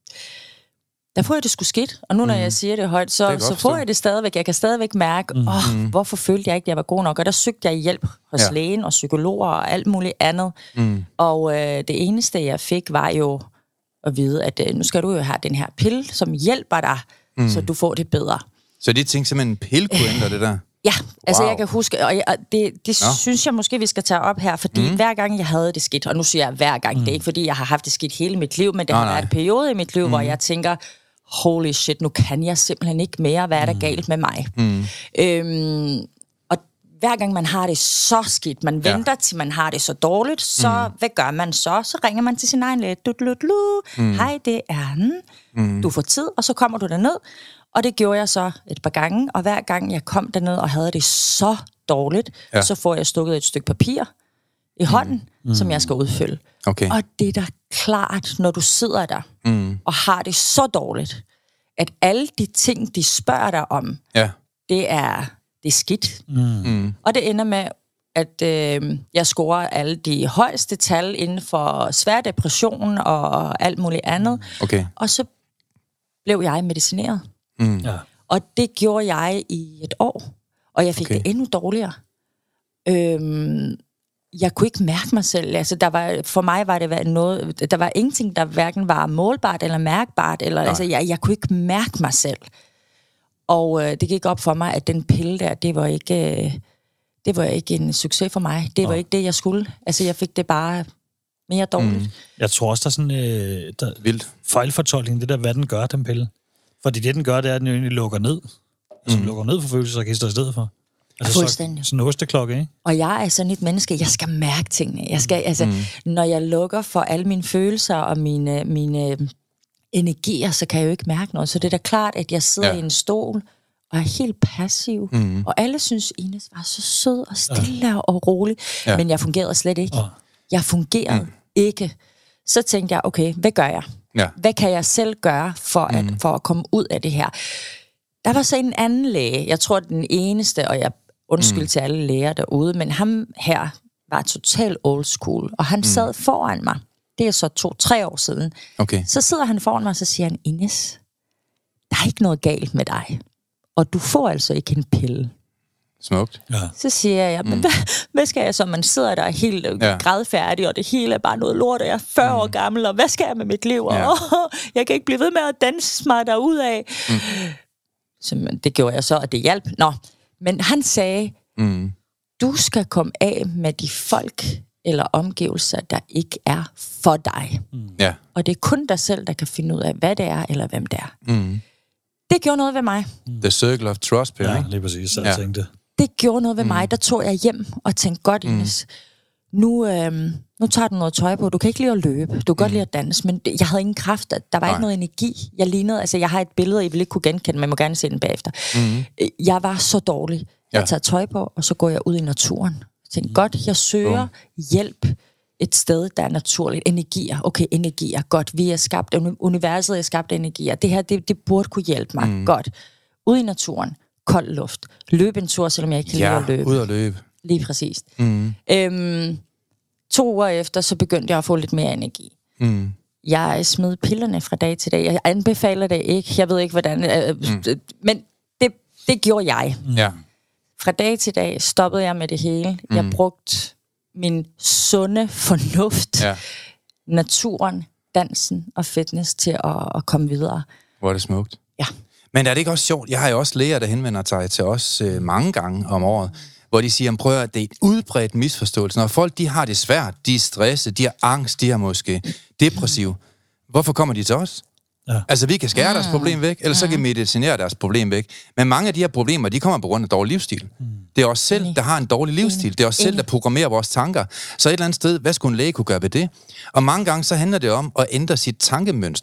der får jeg det sgu skidt. Og nu, når mm. jeg siger det højt, så, det så får jeg det stadigvæk. Jeg kan stadigvæk mærke, mm. åh, hvorfor følte jeg ikke, at jeg var god nok? Og der søgte jeg hjælp hos ja. lægen og psykologer og alt muligt andet. Mm. Og øh, det eneste, jeg fik, var jo at vide, at øh, nu skal du jo have den her pille, som hjælper dig, mm. så du får det bedre. Så de ting simpelthen en pille kunne ændre det der? Ja, altså wow. jeg kan huske, og, jeg, og det, det ja. synes jeg måske, vi skal tage op her, fordi mm. hver gang jeg havde det skidt, og nu siger jeg hver gang, mm. det er ikke fordi, jeg har haft det skidt hele mit liv, men det oh, har været en periode i mit liv, mm. hvor jeg tænker, holy shit, nu kan jeg simpelthen ikke mere, hvad er der mm. galt med mig? Mm. Øhm, og hver gang man har det så skidt, man venter ja. til man har det så dårligt, så mm. hvad gør man så? Så ringer man til sin egen læge, mm. hej, det er han, mm. du får tid, og så kommer du derned. Og det gjorde jeg så et par gange, og hver gang jeg kom derned og havde det så dårligt, ja. så får jeg stukket et stykke papir i hånden, mm. som jeg skal udfylde. Okay. Og det er da klart, når du sidder der mm. og har det så dårligt, at alle de ting, de spørger dig om, ja. det er det er skidt. Mm. Og det ender med, at øh, jeg scorer alle de højeste tal inden for svær depression og alt muligt andet. Okay. Og så blev jeg medicineret. Mm. Ja. Og det gjorde jeg i et år, og jeg fik okay. det endnu dårligere. Øhm, jeg kunne ikke mærke mig selv. Altså, der var, for mig var det noget, der var ingenting, der hverken var målbart eller mærkbart. Eller, altså, jeg, jeg kunne ikke mærke mig selv. Og øh, det gik op for mig, at den pille der, det var ikke, øh, det var ikke en succes for mig. Det var ja. ikke det, jeg skulle. Altså, jeg fik det bare mere dårligt. Mm. Jeg tror også, der er sådan øh, der vildt fejlfortolkning, det der, hvad den gør, den pille. Fordi det, den gør, det er, at den jo egentlig lukker ned. Altså, mm. lukker ned for følelsesregister i stedet for. Altså, fuldstændig. Så, sådan en osteklokke, ikke? Og jeg er sådan et menneske, jeg skal mærke tingene. Jeg skal, altså, mm. når jeg lukker for alle mine følelser og mine, mine energier, så kan jeg jo ikke mærke noget. Så det er da klart, at jeg sidder ja. i en stol og er helt passiv. Mm. Og alle synes, Ines var så sød og stille ja. og rolig. Ja. Men jeg fungerede slet ikke. Oh. Jeg fungerede mm. ikke. Så tænkte jeg, okay, hvad gør jeg? Ja. Hvad kan jeg selv gøre for at, mm. for at komme ud af det her? Der var så en anden læge, jeg tror den eneste, og jeg undskyld mm. til alle læger derude, men ham her var totalt old school, og han mm. sad foran mig. Det er så to-tre år siden. Okay. Så sidder han foran mig, og så siger han, Ines, der er ikke noget galt med dig, og du får altså ikke en pille. Smukt. Ja. Så siger jeg, men mm. hvad, hvad skal jeg så? Man sidder der helt ja. grædfærdig, og det hele er bare noget lort, og jeg er fyrre mm. år gammel, og hvad skal jeg med mit liv? Ja. Og oh, jeg kan ikke blive ved med at danse mig derudad. Mm. Så det gjorde jeg så, og det hjalp. Nå, men han sagde, mm. du skal komme af med de folk eller omgivelser, der ikke er for dig. Mm. Ja. Og det er kun dig selv, der kan finde ud af, hvad det er, eller hvem det er. Mm. Det gjorde noget ved mig. The circle of trust, Per. Ja, lige præcis, så jeg tænkte. Det gjorde noget ved mm. mig. Der tog jeg hjem og tænkte, godt, Ines, mm. nu, øhm, nu tager du noget tøj på. Du kan ikke lide at løbe. Du kan mm. godt lide at danse, men jeg havde ingen kraft. Der var Nej. ikke noget energi. Jeg lignede, altså jeg har et billede, I vil ikke kunne genkende, men jeg må gerne se den bagefter. Mm. Jeg var så dårlig. Jeg ja. tager tøj på, og så går jeg ud i naturen. Jeg tænkte, mm. godt, jeg søger mm. hjælp et sted, der er naturligt. Energier. Okay, energier. Godt, vi er skabt, universet er skabt af energier. Det her, det, det burde kunne hjælpe mig. Mm. Godt. Ud i naturen. Kold luft. Løb en tur, selvom jeg ikke kan ja, lide at løbe. ud at løbe. Lige præcis. Mm. Øhm, to uger efter, så begyndte jeg at få lidt mere energi. Mm. Jeg smed pillerne fra dag til dag. Jeg anbefaler det ikke. Jeg ved ikke, hvordan... Øh, mm. Men det, det gjorde jeg. Ja. Fra dag til dag stoppede jeg med det hele. Mm. Jeg brugte min sunde fornuft, ja. naturen, dansen og fitness til at, at komme videre. Hvor er det smukt. Ja. Men er det ikke også sjovt? Jeg har jo også læger, der henvender sig til os øh, mange gange om året, hvor de siger, prøv at det er et udbredt misforståelse. Når folk de har det svært, de er stresset, de har angst, de har måske depressiv. Hvorfor kommer de til os? Ja. Altså, vi kan skære mm. deres problem væk, eller så kan vi medicinere deres problem væk. Men mange af de her problemer, de kommer på grund af dårlig livsstil. Mm. Det er os selv, der har en dårlig livsstil. Det er os selv, der programmerer vores tanker. Så et eller andet sted, hvad skulle en læge kunne gøre ved det? Og mange gange, så handler det om at ændre sit tankemønster.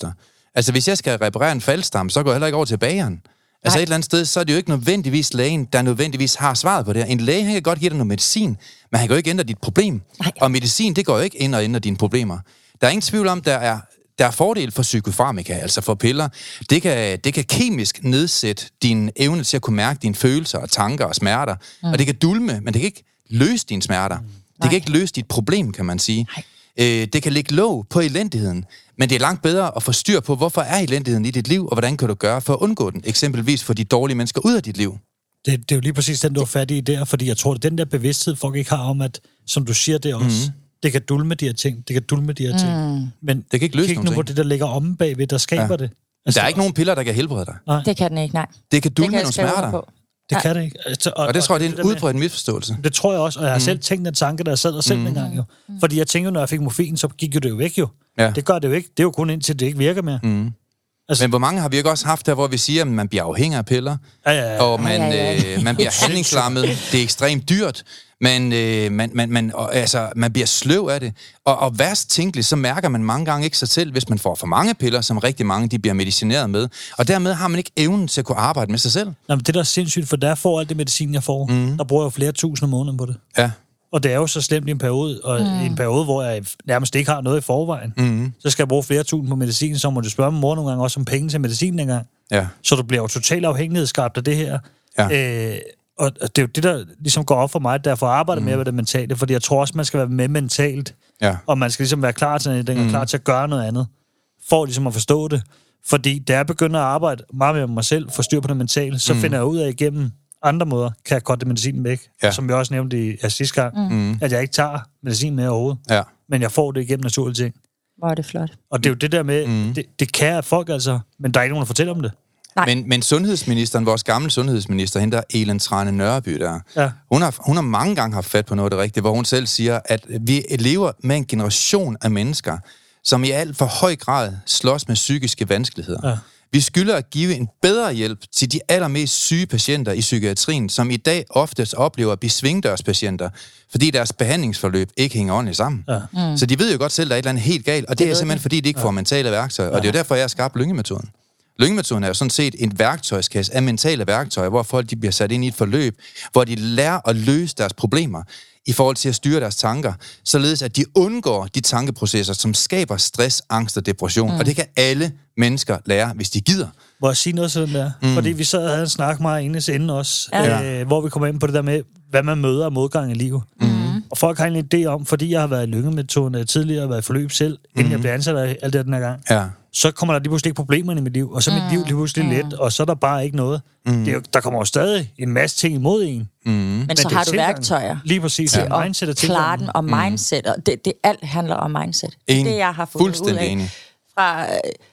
Altså, hvis jeg skal reparere en faldstamme, så går jeg heller ikke over til bageren. Altså, et eller andet sted, så er det jo ikke nødvendigvis lægen, der nødvendigvis har svaret på det her. En læge, han kan godt give dig noget medicin, men han kan jo ikke ændre dit problem. Nej. Og medicin, det går jo ikke ind og ændre dine problemer. Der er ingen tvivl om, der er, der er fordel for psykofarmaka, altså for piller. Det kan, det kan kemisk nedsætte din evne til at kunne mærke dine følelser og tanker og smerter. Mm. Og det kan dulme, men det kan ikke løse dine smerter. Mm. Det kan ikke løse dit problem, kan man sige. Øh, det kan lægge låg på elendigheden, men det er langt bedre at få styr på, hvorfor er elendigheden i dit liv, og hvordan kan du gøre for at undgå den? Eksempelvis få de dårlige mennesker ud af dit liv. Det, det er jo lige præcis den, du er fat i der, fordi jeg tror, at den der bevidsthed, folk ikke har om, at, som du siger det også, mm. det kan dulme de her ting, det kan dulme de her ting, mm. men det kan ikke løse ikke noget på det, der ligger omme bagved, der skaber ja. det. Altså, der er ikke nogen piller, der kan helbrede dig. Nej. Det kan den ikke, nej. Det kan dulme nogle smerter. Det ja. kan det ikke. Altså, og, og det tror jeg, det er en udbredt misforståelse. Det tror jeg også, og jeg har mm. selv tænkt en tanke, der jeg sad og selv mm. en gang jo. Fordi jeg tænkte, når jeg fik morfin, så gik jo det jo væk jo. Ja. Det gør det jo ikke. Det er jo kun indtil det ikke virker mere. Mm. Altså, men hvor mange har vi ikke også haft der, hvor vi siger, at man bliver afhængig af piller, ja, ja, ja. og man, ja, ja, ja. Øh, man bliver handlingslammet, det er ekstremt dyrt, man, øh, man, man, man, og, altså, man bliver sløv af det. Og, og værst tænkeligt, så mærker man mange gange ikke sig selv, hvis man får for mange piller, som rigtig mange de bliver medicineret med. Og dermed har man ikke evnen til at kunne arbejde med sig selv. Nå, men det der er sindssygt, for der får alt det medicin, jeg får. Mm. Der bruger jeg flere tusind om måneden på det. Ja. Og det er jo så slemt i en periode, og mm. i en periode, hvor jeg nærmest ikke har noget i forvejen. Mm. Så skal jeg bruge flere tusind på medicin, så må du spørge min mor nogle gange også om penge til medicin engang. Ja. Så du bliver jo totalt afhængighedsskabt af det her. Ja. Øh, og det er jo det, der ligesom går op for mig, derfor arbejder mm. mere med det mentale, fordi jeg tror også, man skal være med mentalt, ja. og man skal ligesom være klar til det, mm. klar til at gøre noget andet, for ligesom at forstå det. Fordi da jeg begynder at arbejde meget med mig selv, for styr på det mentale, så mm. finder jeg ud af igennem andre måder, kan jeg korte medicinen væk. Ja. Som jeg også nævnte i ja, sidste gang, mm. at jeg ikke tager medicin med overhovedet. Ja. Men jeg får det igennem naturlige ting. Hvor er det flot. Og det er jo det der med, mm. det, det kan folk altså, men der er ikke nogen, der fortæller om det. Men, men sundhedsministeren, vores gamle sundhedsminister, hende der Ellen Trane Nørby der, ja. hun, har, hun har mange gange haft fat på noget af det rigtige, hvor hun selv siger, at vi lever med en generation af mennesker, som i alt for høj grad slås med psykiske vanskeligheder. Ja. Vi skylder at give en bedre hjælp til de allermest syge patienter i psykiatrien, som i dag oftest oplever at blive svingdørspatienter, fordi deres behandlingsforløb ikke hænger ordentligt sammen. Ja. Mm. Så de ved jo godt selv, at der er et eller andet helt galt, og det, det er simpelthen de. fordi, de ikke får ja. mentale værktøjer. Ja. Og det er jo derfor, jeg har skabt lyngemetoden. Lyngemetoden er jo sådan set en værktøjskasse af mentale værktøjer, hvor folk de bliver sat ind i et forløb, hvor de lærer at løse deres problemer i forhold til at styre deres tanker, således at de undgår de tankeprocesser, som skaber stress, angst og depression. Mm. Og det kan alle mennesker lære, hvis de gider. Må jeg sige noget sådan der? Mm. Fordi vi sad og havde en snak meget inde til enden også, ja. øh, hvor vi kommer ind på det der med, hvad man møder af modgang i livet. Mm. Og folk har en idé om, fordi jeg har været i lyngemetoden tidligere, og været i forløb selv, inden mm. jeg blev ansat af alt det den her gang, ja. så kommer der lige pludselig ikke problemer i mit liv, og så er mit mm. liv lige pludselig mm. let, og så er der bare ikke noget. Mm. Det er jo, der kommer jo stadig en masse ting imod en. Mm. Men, Men så har du tilgang. værktøjer. Lige præcis. Til ja. mindset og klare den, og mindset. Og det, det alt handler om mindset. En, det jeg har fundet ud af. Enig. Fra,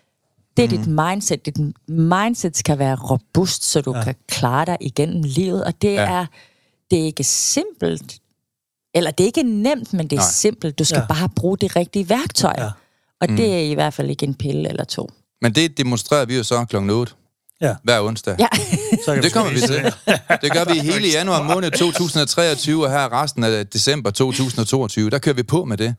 det er mm. dit mindset. Dit mindset skal være robust, så du ja. kan klare dig igennem livet, og det ja. er det er ikke simpelt. Eller det er ikke nemt, men det er Nej. simpelt. Du skal ja. bare bruge de rigtige værktøjer. Ja. Og det er i hvert fald ikke en pille eller to. Men det demonstrerer vi jo så klokken otte. Ja. Hver onsdag. Ja. Det kommer vi til. Det gør vi hele januar måned to tusind og treogtyve, og her resten af december to tusind og toogtyve. Der kører vi på med det.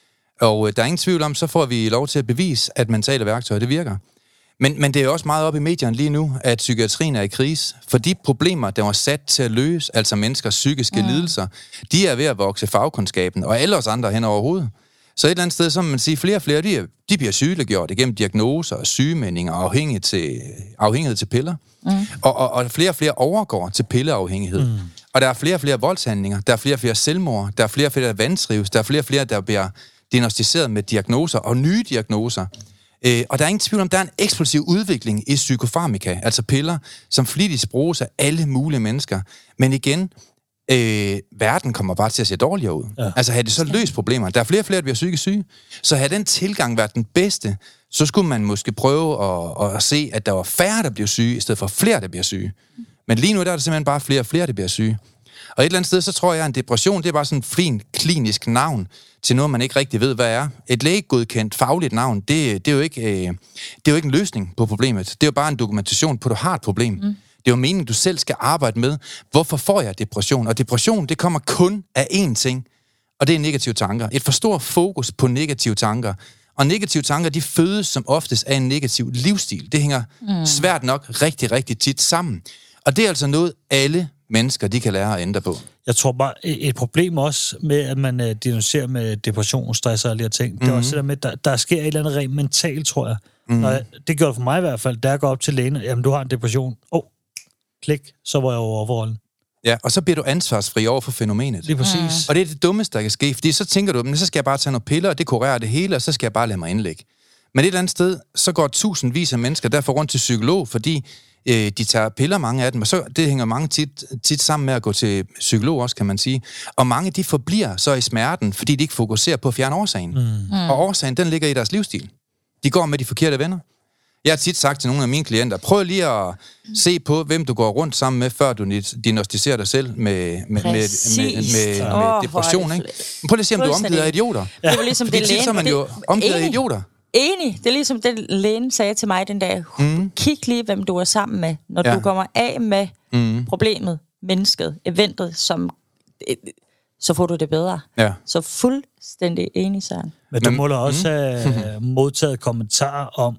Og øh, der er ingen tvivl om, så får vi lov til at bevise, at mentale værktøjer, det virker. Men, men det er jo også meget op i medierne lige nu, at psykiatrien er i krise. For de problemer, der var sat til at løse, altså menneskers psykiske mm. lidelser, de er ved at vokse fagkundskaben, og alle os andre hen over hovedet. Så et eller andet sted, så man siger, flere og flere, de, de bliver sygeliggjort igennem diagnoser og sygemeldinger og afhængighed til, afhængighed til piller. Mm. Og, og, og flere og flere overgår til pilleafhængighed. Mm. Og der er flere og flere voldshandlinger, der er flere og flere selvmord, der er flere og flere, der vantrives, der er flere og flere, der bliver diagnosticeret med diagnoser og nye diagnoser. Øh, og der er ingen tvivl om, der er en eksplosiv udvikling i psykofarmaka, altså piller, som flittigt bruges af alle mulige mennesker. Men igen, øh, verden kommer bare til at se dårligere ud. Ja. Altså havde det så løst problemer. Der er flere og flere, der bliver psykisk syge. Så havde den tilgang været den bedste, så skulle man måske prøve at, at se, at der var færre, der bliver syge, i stedet for flere, der bliver syge. Men lige nu der er det simpelthen bare flere og flere, der bliver syge. Og et eller andet sted, så tror jeg, at en depression, det er bare sådan en fin, klinisk navn til noget, man ikke rigtig ved, hvad er. Et lægegodkendt, fagligt navn, det, det, er jo ikke, øh, det er jo ikke en løsning på problemet. Det er jo bare en dokumentation på, at du har et problem. Mm. Det er jo meningen, du selv skal arbejde med. Hvorfor får jeg depression? Og depression, det kommer kun af én ting, og det er negative tanker. Et for stort fokus på negative tanker. Og negative tanker, de fødes som oftest af en negativ livsstil. Det hænger mm. svært nok rigtig, rigtig tit sammen. Og det er altså noget, alle mennesker, de kan lære at ændre på. Jeg tror bare, et problem også med, at man uh, diagnoserer med depression, stress og alle de her ting, mm-hmm. det er også det der med, der, der sker et eller andet rent mentalt, tror jeg. Mm. Når jeg. Det gjorde det for mig i hvert fald, da jeg går op til lægen, jamen du har en depression. Åh, oh, klik, så var jeg over overholden. Ja, og så bliver du ansvarsfri over for fænomenet. Lige præcis. Mm. Og det er det dummeste, der kan ske, fordi så tænker du, men så skal jeg bare tage nogle piller, og det kurerer det hele, og så skal jeg bare lade mig indlægge. Men et eller andet sted, så går tusindvis af mennesker derfor rundt til psykolog, fordi øh, de tager piller, mange af dem, og så det hænger mange tit, tit sammen med at gå til psykolog også, kan man sige. Og mange, de forbliver så i smerten, fordi de ikke fokuserer på at fjerne årsagen. Mm. Og årsagen, den ligger i deres livsstil. De går med de forkerte venner. Jeg har tit sagt til nogle af mine klienter, prøv lige at se på, hvem du går rundt sammen med, før du diagnostiserer dig selv med, med, med, med, med, med oh, depression. Ikke? Prøv lige at se, om du er omgivet af idioter. Ja. Det var ligesom Fordi det tit så er man jo omgivet af idioter. Enig. Det er ligesom det, lægen sagde til mig den dag. Mm. Kig lige, hvem du er sammen med, når ja. du kommer af med mm. problemet, mennesket, eventet, som, så får du det bedre. Ja. Så fuldstændig enig, Søren. Men du må da også mm. have modtaget kommentarer om,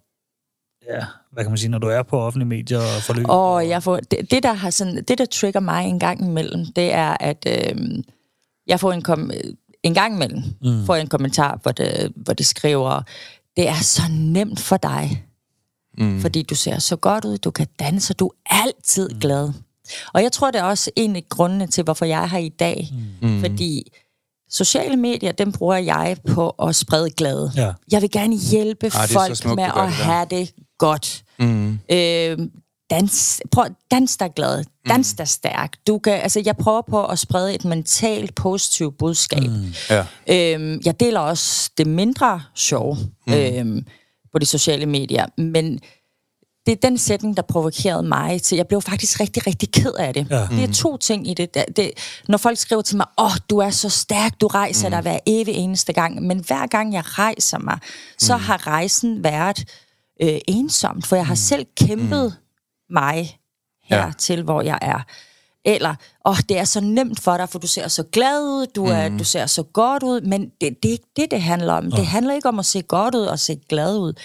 ja, hvad kan man sige, når du er på offentlige medier og forløb? Og jeg får, det, det, der har sådan, det, der trigger mig en gang imellem, det er, at øh, jeg får en, kom, en gang imellem mm. får en kommentar, hvor det, hvor det skriver, det er så nemt for dig, mm. fordi du ser så godt ud, du kan danse, du er altid mm. glad. Og jeg tror, det er også en af grundene til, hvorfor jeg er her i dag. Mm. Fordi sociale medier, dem bruger jeg på at sprede glæde. Ja. Jeg vil gerne hjælpe ah, folk smukt, med at have det godt. Mm. Øh, dans, prøv, dans dig glad. Dans dig stærk. Du kan, altså, jeg prøver på at sprede et mentalt positivt budskab. Mm. Ja. Øh, jeg deler også det mindre sjov mm. øh, på de sociale medier, men det er den sætning, der provokerede mig til. Jeg blev faktisk rigtig, rigtig ked af det. Ja. Det er to ting i det. det. Når folk skriver til mig, åh, oh, du er så stærk, du rejser mm. dig hver evig eneste gang. Men hver gang jeg rejser mig, så mm. har rejsen været øh, ensomt, for jeg har mm. selv kæmpet mm. mig her ja. til, hvor jeg er. Eller, åh, oh, det er så nemt for dig, for du ser så glad ud, du, er, mm. du ser så godt ud, men det, det er ikke det, det handler om. Oh. Det handler ikke om at se godt ud og se glad ud.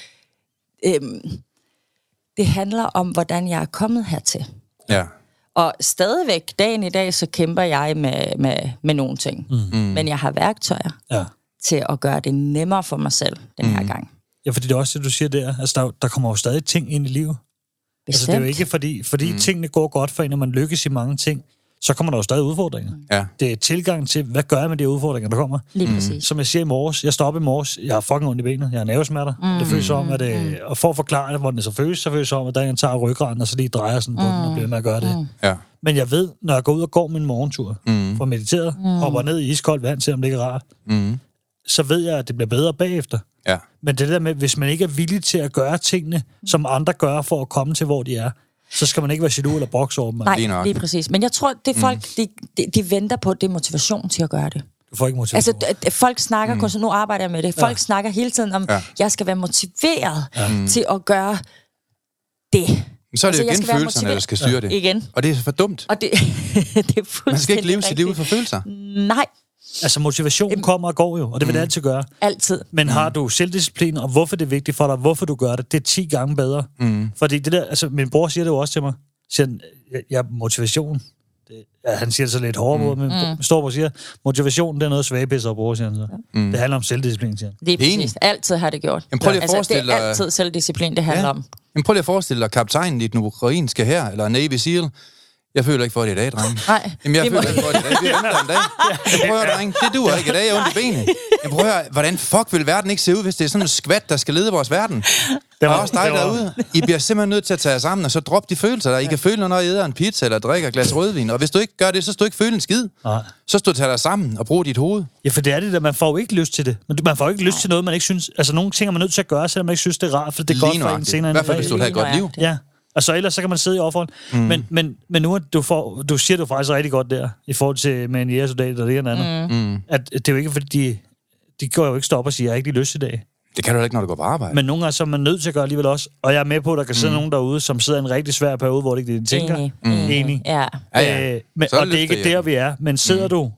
Øhm, Det handler om, hvordan jeg er kommet hertil. Ja. Og stadigvæk, dagen i dag, så kæmper jeg med, med, med nogle ting. Mm. Men jeg har værktøjer ja. til at gøre det nemmere for mig selv den her mm. gang. Ja, fordi det er også det, du siger der. Altså, der, der kommer jo stadig ting ind i livet. Bestemt. Altså, det er jo ikke fordi, fordi mm. tingene går godt for en, når man lykkes i mange ting, så kommer der jo stadig udfordringer. Ja. Det er tilgang til, hvad gør jeg med de udfordringer, der kommer? Lige præcis. Mm. Som jeg siger i morges, jeg står op i morges, jeg har fucking ondt i benet, jeg har nervesmerter. Mm. Det føles som, at det, og for at forklare det, hvordan det så føles, så føles det som, at der en tager ryggraden, og så lige drejer sådan på mm. den, og bliver med at gøre det. Mm. Ja. Men jeg ved, når jeg går ud og går min morgentur, mm. får mediteret, mm. hopper ned i iskoldt vand, selvom det ikke er rart, mm. så ved jeg, at det bliver bedre bagefter. Ja. Men det der med, hvis man ikke er villig til at gøre tingene, som andre gør for at komme til, hvor de er, så skal man ikke være jaloux eller bokse over dem. Nej, lige, lige præcis. Men jeg tror, det er folk, mm. de, de, de venter på, det motivation til at gøre det. Du får ikke motivation. Altså, d- folk snakker, mm. nu arbejder jeg med det, folk ja. snakker hele tiden om, ja. jeg skal være motiveret ja. til at gøre det. Så er det altså, jo igen følelserne, der skal styre ja. det. Igen. Og det er for dumt. Og det, det er man skal ikke leve sit liv ud for følelser. Nej. Altså, motivationen kommer og går jo, og det vil mm. det altid gøre. Altid. Men mm. har du selvdisciplin, og hvorfor det er vigtigt for dig, hvorfor du gør det, det er ti gange bedre. Mm. Fordi det der, altså, min bror siger det jo også til mig, siger, jeg, jeg motivation, det, ja, han siger det så lidt hårdere på, mm. men mm. storbror siger, motivation, det er noget svagepisser at bruge, siger han så. Mm. Det handler om selvdisciplin, siger han. Det er præcis. Altid har det gjort. Jamen, prøv lige at forestille altså, det er altid selvdisciplin, det handler ja. om. Men prøv lige at forestille dig kaptajnen i den ukrainske hær, eller Navy SEAL. Jeg føler ikke for det i dag, drenge. Nej. Jamen, jeg føler ikke for det i dag. Vi venter en dag. Jeg prøver, drenge. Det duer ikke i dag. Jeg er ondt i benet. Jeg prøver, hvordan fuck vil verden ikke se ud, hvis det er sådan en skvat, der skal lede vores verden? Det var også dig derude. I bliver simpelthen nødt til at tage jer sammen, og så drop de følelser der. I kan føle, når I æder en pizza eller drikker et glas rødvin. Og hvis du ikke gør det, så skal du ikke føle en skid. Nej. Så skal du tage dig sammen og bruge dit hoved. Ja, for det er det der. Man får jo ikke lyst til det. Man får jo ikke lyst Nej. til noget, man ikke synes. Altså, nogle ting er man nødt til at gøre, selvom man ikke synes, det er rart, for det er godt for en senere. I hvert fald, hvis du vil have et godt liv. Ja. Og så ellers så kan man sidde i overforhold. Mm. Men, men, men nu du, får, du siger du faktisk rigtig godt der, i forhold til med en jægersoldat og det ene andet, mm. at det er jo ikke, fordi de, de går jo ikke stop og siger, jeg har ikke lige lyst i dag. Det kan du ikke, når du går på arbejde. Men nogle gange så er man nødt til at gøre alligevel også. Og jeg er med på, at der kan sidde mm. nogen derude, som sidder i en rigtig svær periode, hvor det ikke det, de tænker. Enig. Mm. Enig. Ja. Øh, men, og det er ikke der, vi er. Men sidder mm. du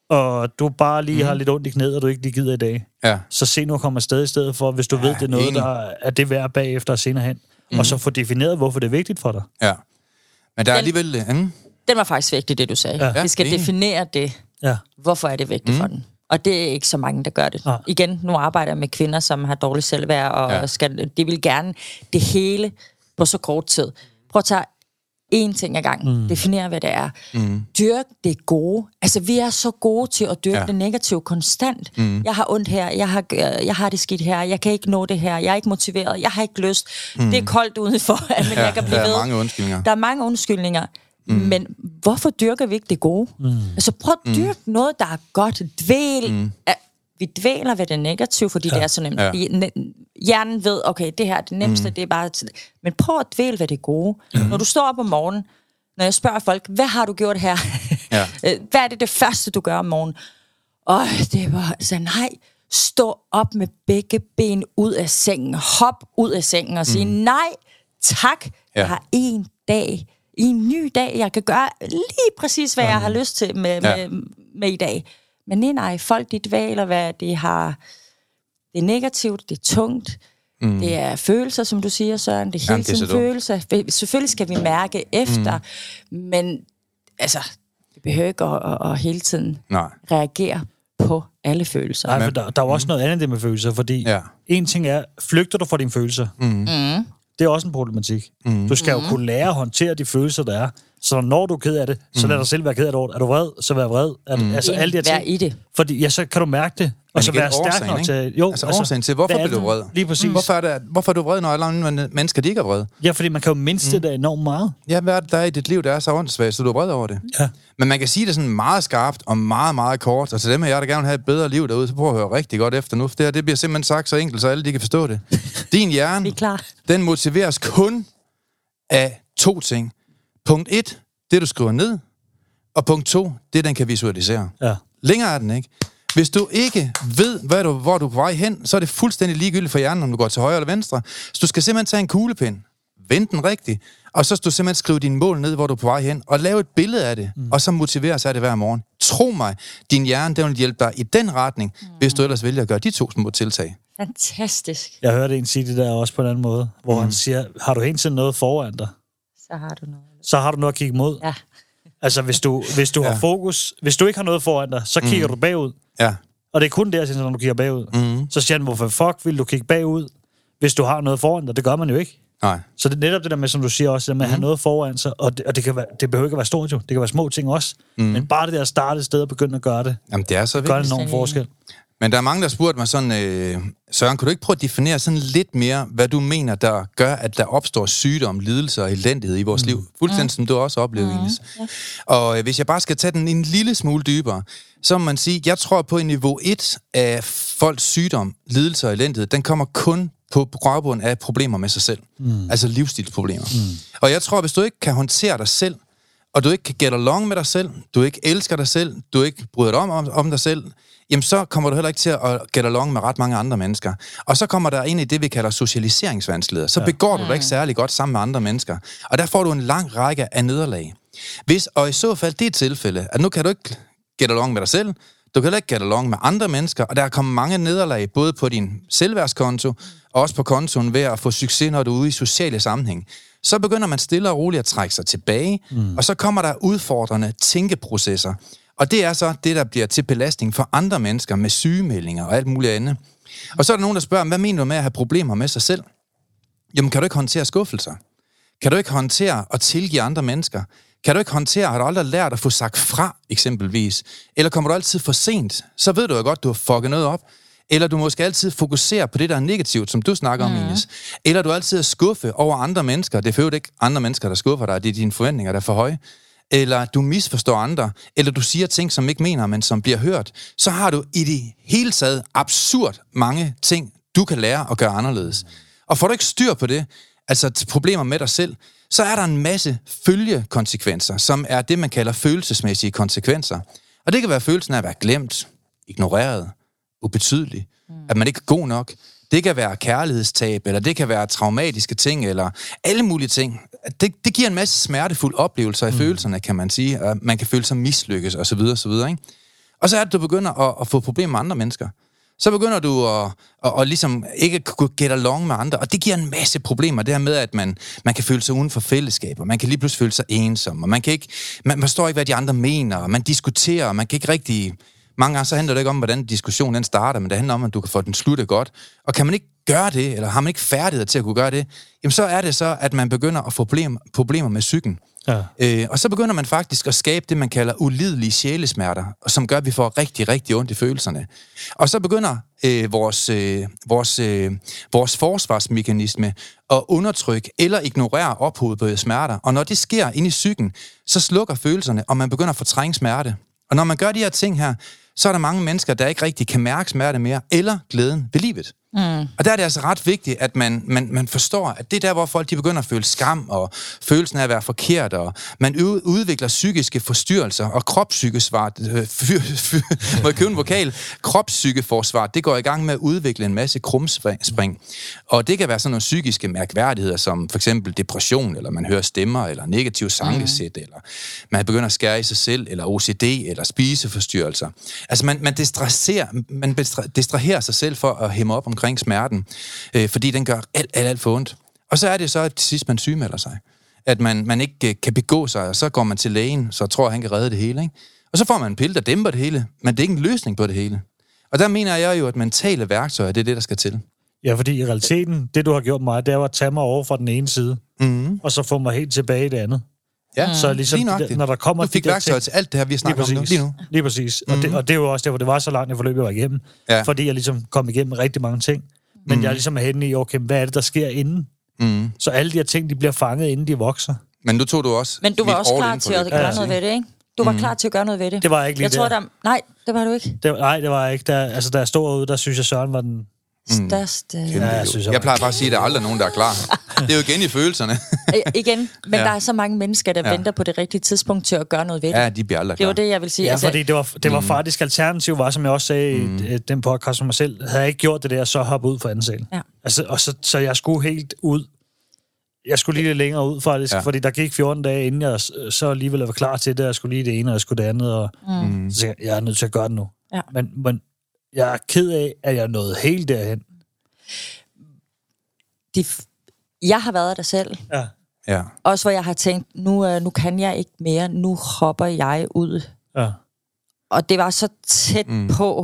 og du bare lige mm. har lidt ondt i knæet, og du ikke lige gider i dag, ja. så se nu at komme afsted i stedet for, hvis du ja, ved, det er noget, enig. Der er det værd bagefter og senere hen. Mm. Og så få defineret, hvorfor det er vigtigt for dig. Ja. Men der er alligevel... Mm. Den var faktisk vigtig, det du sagde. Ja. Vi skal ja, definere det. Ja. Hvorfor er det vigtigt mm. for den? Og det er ikke så mange, der gør det. Ja. Igen, nu arbejder jeg med kvinder, som har dårligt selvværd, og ja. skal, de vil gerne det hele på så kort tid. Prøv at tage én ting ad gangen. Mm. Definere, hvad det er. Mm. Dyrk det gode. Altså, vi er så gode til at dyrke ja. det negative konstant. Mm. Jeg har ondt her, jeg har, jeg har det skidt her, jeg kan ikke nå det her, jeg er ikke motiveret, jeg har ikke lyst. Mm. Det er koldt udenfor, men ja, jeg kan blive ved. Der er mange undskyldninger. Der er mange undskyldninger. Mm. Men hvorfor dyrker vi ikke det gode? Mm. Altså, prøv at dyrke mm. noget, der er godt. Dvæl. Mm. Vi dvæler ved det negative, fordi ja. det er så nemt. Ja. Hjernen ved, okay, det her er det nemmeste, mm. det er bare... Men prøv at dvæle ved det gode. Mm. Når du står op om morgenen, når jeg spørger folk, hvad har du gjort her? Ja. Hvad er det det første, du gør om morgenen? Åh, det var... Så nej, stå op med begge ben ud af sengen. Hop ud af sengen og sige, mm. nej, tak, ja. jeg har en dag... i en ny dag, jeg kan gøre lige præcis, hvad jeg har lyst til med, ja. med, med i dag. Men nej, nej, folk de dvæler, hvad de har. Det er negativt, det er tungt, mm. det er følelser, som du siger, Søren. Det er hele tiden følelser. Selvfølgelig skal vi mærke efter, mm. men altså, vi behøver ikke at, at, at hele tiden nej. reagere på alle følelser. Nej, for der, der er jo også mm. noget andet det med følelser, fordi ja. en ting er, flygter du fra dine følelser? Mm. Mm. Det er også en problematik. Mm. Du skal jo kunne lære at håndtere de følelser, der er. Så når du er ked af det, så lad dig selv være ked af det. Er du vred, så vær vred. Er, mm. Altså alle de her ting. Vær i det. Fordi ja, så kan du mærke det. Og så være stærk nok til... Jo, altså årsagen til, hvorfor bliver du vred? Lige præcis. Hvorfor er, det, hvorfor er du vred, når alle andre mennesker, de ikke er vrede? Ja, fordi man kan jo mindste mm. det enormt meget. Ja, hvad er det, der er i dit liv, der er så åndssvagt, så du er vred over det? Ja. Men man kan sige det sådan meget skarpt og meget, meget kort. Og til dem af jer, der gerne vil have et bedre liv derude, så prøv at høre rigtig godt efter nu. For det her, det bliver simpelthen sagt så enkelt, så alle de kan forstå det. Din hjerne, den motiveres kun af to ting. Punkt et, det du skriver ned. Og punkt to, det den kan visualisere. Ja. Længere er den ikke. Hvis du ikke ved, hvad du, hvor du er på vej hen, så er det fuldstændig ligegyldigt for hjernen, om du går til højre eller venstre. Så du skal simpelthen tage en kuglepen, vend den rigtigt, og så skal du simpelthen skrive dine mål ned, hvor du er på vej hen, og lave et billede af det, mm. og så motivere sig af det hver morgen. Tro mig, din hjerne, den vil hjælpe dig i den retning, mm. hvis du ellers vælger at gøre de to små tiltag. Fantastisk. Jeg hørte en sige det der også på en anden måde, hvor mm. han siger, har du hele tiden noget foran dig? Så har du noget. Så har du noget at kigge mod. Ja. Altså, hvis du, hvis du ja. har fokus... Hvis du ikke har noget foran dig, så kigger mm. du bagud. Ja. Og det er kun der, når du kigger bagud. Mm. Så siger han, hvorfor fuck vil du kigge bagud, hvis du har noget foran dig? Det gør man jo ikke. Nej. Så det er netop det der med, som du siger også, det med at have mm. noget foran sig, og det, og det, kan være, det behøver ikke at være stort jo. Det kan være små ting også. Mm. Men bare det der at starte et sted og begynde at gøre det, jamen, det er så gør en enorm forskel. Men der er mange, der spurgte mig sådan, øh, Søren, kunne du ikke prøve at definere sådan lidt mere, hvad du mener, der gør, at der opstår sygdom, lidelser og elendighed i vores mm. liv? Fuldstændig mm. som du også oplever, mm. Ines. Ja. Og øh, hvis jeg bare skal tage den en lille smule dybere, så må man sige, jeg tror på, at niveau et af folks sygdom, lidelser og elendighed, den kommer kun på baggrund af problemer med sig selv. Mm. Altså livsstilsproblemer. Mm. Og jeg tror, hvis du ikke kan håndtere dig selv, og du ikke kan get along med dig selv, du ikke elsker dig selv, du ikke bryder dig om, om, om dig selv, jamen så kommer du heller ikke til at get along med ret mange andre mennesker. Og så kommer der ind i det, vi kalder socialiseringsvanskeligheder. Så ja. begår du dig ikke særlig godt sammen med andre mennesker. Og der får du en lang række af nederlag. Hvis, og i så fald det er tilfælde, at nu kan du ikke get along med dig selv, du kan heller ikke get along med andre mennesker, og der er kommet mange nederlag, både på din selvværdskonto, og også på kontoen ved at få succes, når du er ude i sociale sammenhæng. Så begynder man stille og roligt at trække sig tilbage, mm. og så kommer der udfordrende tænkeprocesser. Og det er så det, der bliver til belastning for andre mennesker med sygemeldinger og alt muligt andet. Og så er der nogen, der spørger, hvad mener du med at have problemer med sig selv? Jamen, kan du ikke håndtere skuffelser? Kan du ikke håndtere at tilgive andre mennesker? Kan du ikke håndtere, har du aldrig lært at få sagt fra, eksempelvis? Eller kommer du altid for sent? Så ved du jo godt, du har fucket noget op. Eller du måske altid fokusere på det, der er negativt, som du snakker om, mm. Ines. Eller du altid er skuffe over andre mennesker. Det er for ikke andre mennesker, der skuffer dig. Det er dine forventninger, der er for høje. Eller du misforstår andre. Eller du siger ting, som ikke mener, men som bliver hørt. Så har du i det hele taget absurd mange ting, du kan lære at gøre anderledes. Og får du ikke styr på det, altså problemer med dig selv, så er der en masse følgekonsekvenser, som er det, man kalder følelsesmæssige konsekvenser. Og det kan være følelsen af at være glemt, ignoreret, ubetydelig, mm. at man ikke er god nok. Det kan være kærlighedstab, eller det kan være traumatiske ting, eller alle mulige ting. Det, det giver en masse smertefulde oplevelser i mm. følelserne, kan man sige. Og man kan føle sig mislykkes, og så videre, og så videre, ikke? Og så er det, du begynder at, at få problemer med andre mennesker. Så begynder du at, at, at ligesom ikke kunne get along med andre, og det giver en masse problemer, det her med, at man, man kan føle sig uden for fællesskaber, man kan lige pludselig føle sig ensom, og man kan ikke, man forstår ikke, hvad de andre mener, og man diskuterer, og man kan ikke rigtig... Mange gange så handler det ikke om, hvordan diskussionen den starter, men det handler om, at du kan få den sluttet godt. Og kan man ikke gøre det, eller har man ikke færdighed til at kunne gøre det, jamen så er det så, at man begynder at få problem, problemer med psyken. Ja. Øh, og så begynder man faktisk at skabe det, man kalder ulidelige sjælesmerter, som gør, at vi får rigtig, rigtig ondt i følelserne. Og så begynder øh, vores, øh, vores, øh, vores forsvarsmekanisme at undertrykke eller ignorere ophobede smerter. Og når det sker inde i psyken, så slukker følelserne, og man begynder at fortrænge smerte. Og når man gør de her ting her, så er der mange mennesker, der ikke rigtig kan mærke smerte mere, eller glæden ved livet. Mm. Og der er det altså ret vigtigt, at man, man, man forstår, at det er der, hvor folk de begynder at føle skam, og følelsen af at være forkert, og man udvikler psykiske forstyrrelser, og kropspsykeforsvar, øh, må jeg købe en vokal, kropspsykeforsvar, det går i gang med at udvikle en masse krumspring. Og det kan være sådan nogle psykiske mærkværdigheder, som for eksempel depression, eller man hører stemmer, eller negativ sangesæt, mm. eller man begynder at skære i sig selv, eller O C D, eller spiseforstyrrelser. Altså man, man, distraherer, man distraherer sig selv for at hæmme op omkring smerten, øh, fordi den gør alt, alt, alt for ondt. Og så er det så, at til sidst man sygemelder sig. At man, man ikke øh, kan begå sig, og så går man til lægen, så tror at han kan redde det hele. Ikke? Og så får man en pille, der dæmper det hele, men det er ikke en løsning på det hele. Og der mener jeg jo, at mentale værktøjer, det er det, der skal til. Ja, fordi i realiteten, det du har gjort mig, det er at tage mig over fra den ene side, mm-hmm. og så få mig helt tilbage i det andet. Ja, så ligesom lige nok de, når der kommer du fik værktøjer til alt det her, vi snakker om nu, lige nu. Lige præcis. Mm-hmm. Og, det, og det er jo også der, hvor det var så langt, jeg forløb, jeg var igennem. Ja. Fordi jeg ligesom kom igennem rigtig mange ting. Men mm-hmm. jeg er ligesom henne i, okay, hvad er det, der sker inden? Mm-hmm. Så alle de her ting, de bliver fanget, inden de vokser. Men nu tog du også... Men du var også klar til at gøre ja. noget ved det, ikke? Du var mm. klar til at gøre noget ved det. Det var jeg ikke lige jeg der. Tror, der... Nej, det var du ikke. Det, nej, det var jeg ikke. Der, altså, da jeg stod ude, der synes jeg, Søren var den... Største... Ja, jeg, synes, jeg, jeg plejer bare at sige, at der er aldrig nogen, der er klar. Det er jo igen i følelserne. igen, men ja. der er så mange mennesker, der ja. venter på det rigtige tidspunkt til at gøre noget ved det. Ja, de bliver aldrig klar. Det var det, jeg vil sige. Ja, altså... fordi det var, det var mm. faktisk alternativ, var, som jeg også sagde mm. i den podcast for mig selv, havde jeg ikke gjort det der, så hoppe ud fra anden sal. Ja. Altså, og så, så jeg skulle helt ud. Jeg skulle lige lidt længere ud, faktisk, ja. fordi der gik fjorten dage, inden jeg så alligevel var klar til det. Jeg skulle lige det ene, og jeg skulle det andet, og mm. så jeg, jeg er nødt til at gøre det nu. Ja. Men, men jeg er ked af, at jeg nåede helt derhen. De f- jeg har været der selv. Ja. Ja. Også hvor jeg har tænkt, nu, nu kan jeg ikke mere, nu hopper jeg ud. Ja. Og det var så tæt mm. på,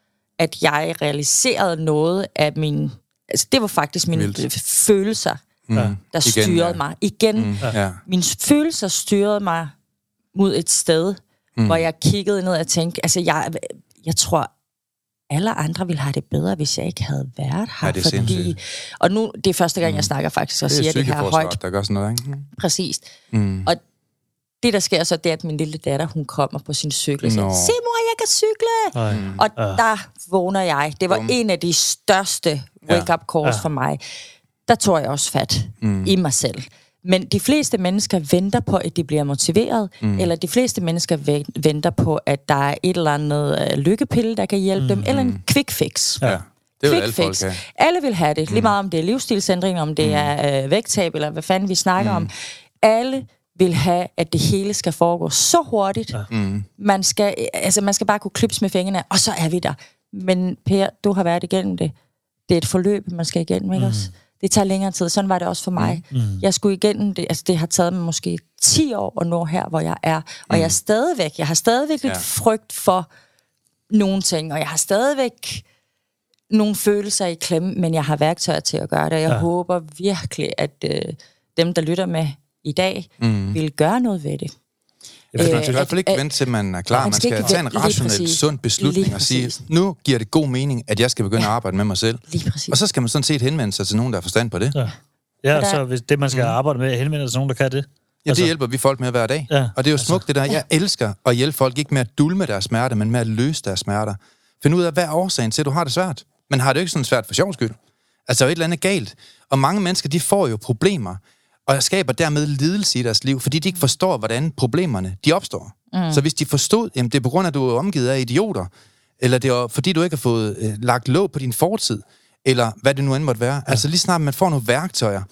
at jeg realiserede noget af min... Altså, det var faktisk mine Vildt. følelser, mm. der Igen, styrede ja. mig. Igen. Mm. Ja. Mine følelser styrede mig mod et sted, mm. hvor jeg kiggede ned og tænkte, altså, jeg, jeg tror... alle andre ville have det bedre, hvis jeg ikke havde været her. Ja, det er fordi... sindssygt. Og nu, det er første gang, jeg snakker faktisk, og siger det her højt. Der gør sådan noget, ikke? Præcis. Mm. Og det, der sker så, det er, at min lille datter, hun kommer på sin cykel og siger, se mor, jeg kan cykle! Mm. Og uh. der vågner jeg. Det var um. en af de største wake-up calls ja. for mig. Der tog jeg også fat mm. i mig selv. Men de fleste mennesker venter på, at de bliver motiveret, mm. eller de fleste mennesker venter på, at der er et eller andet uh, lykkepille, der kan hjælpe mm. dem, eller en quick fix. Ja, det vil alle folk have. Alle vil have det, lige meget om det er livsstilsændring, om det mm. er uh, vægttab, eller hvad fanden vi snakker mm. om. Alle vil have, at det hele skal foregå så hurtigt. Ja. Mm. Man, skal, altså, man skal bare kunne klipse med fingrene, og så er vi der. Men Per, du har været igennem det. Det er et forløb, man skal igennem, ikke mm. også? Det tager længere tid. Sådan var det også for mig. Mm. Jeg skulle igennem det. Altså, det har taget mig måske ti år at nå her, hvor jeg er. Og mm. jeg er stadigvæk, jeg har stadigvæk lidt ja. frygt for nogle ting, og jeg har stadigvæk nogle følelser i klemme, men jeg har værktøjer til at gøre det. Jeg ja. håber virkelig, at øh, dem, der lytter med i dag, mm. vil gøre noget ved det. Ja, man skal i hvert fald ikke vente til, man er klar. Man skal, man skal tage en rationel, sund beslutning og sige, nu giver det god mening, at jeg skal begynde ja. at arbejde med mig selv. Og så skal man sådan set henvende sig til nogen, der har forstand på det. Ja, ja så hvis det, man skal mm. arbejde med, henvende sig til nogen, der kan det. Ja, det hjælper vi folk med hver dag. Ja, og det er jo smukt, det der. Jeg elsker at hjælpe folk, ikke med at dulme deres smerter, men med at løse deres smerter. Find ud af, hvad er årsagen til, at du har det svært. Men har det jo ikke sådan svært for sjovs skyld. Altså, der er et eller andet galt. Og mange mennesker, de får jo problemer, og skaber dermed lidelse i deres liv, fordi de ikke forstår, hvordan problemerne de opstår. Mm. Så hvis de forstod, jamen det er på grund af, at du er omgivet af idioter, eller det er fordi, du ikke har fået øh, lagt låg på din fortid, eller hvad det nu end måtte være. Ja. Altså lige snart man får nogle værktøjer,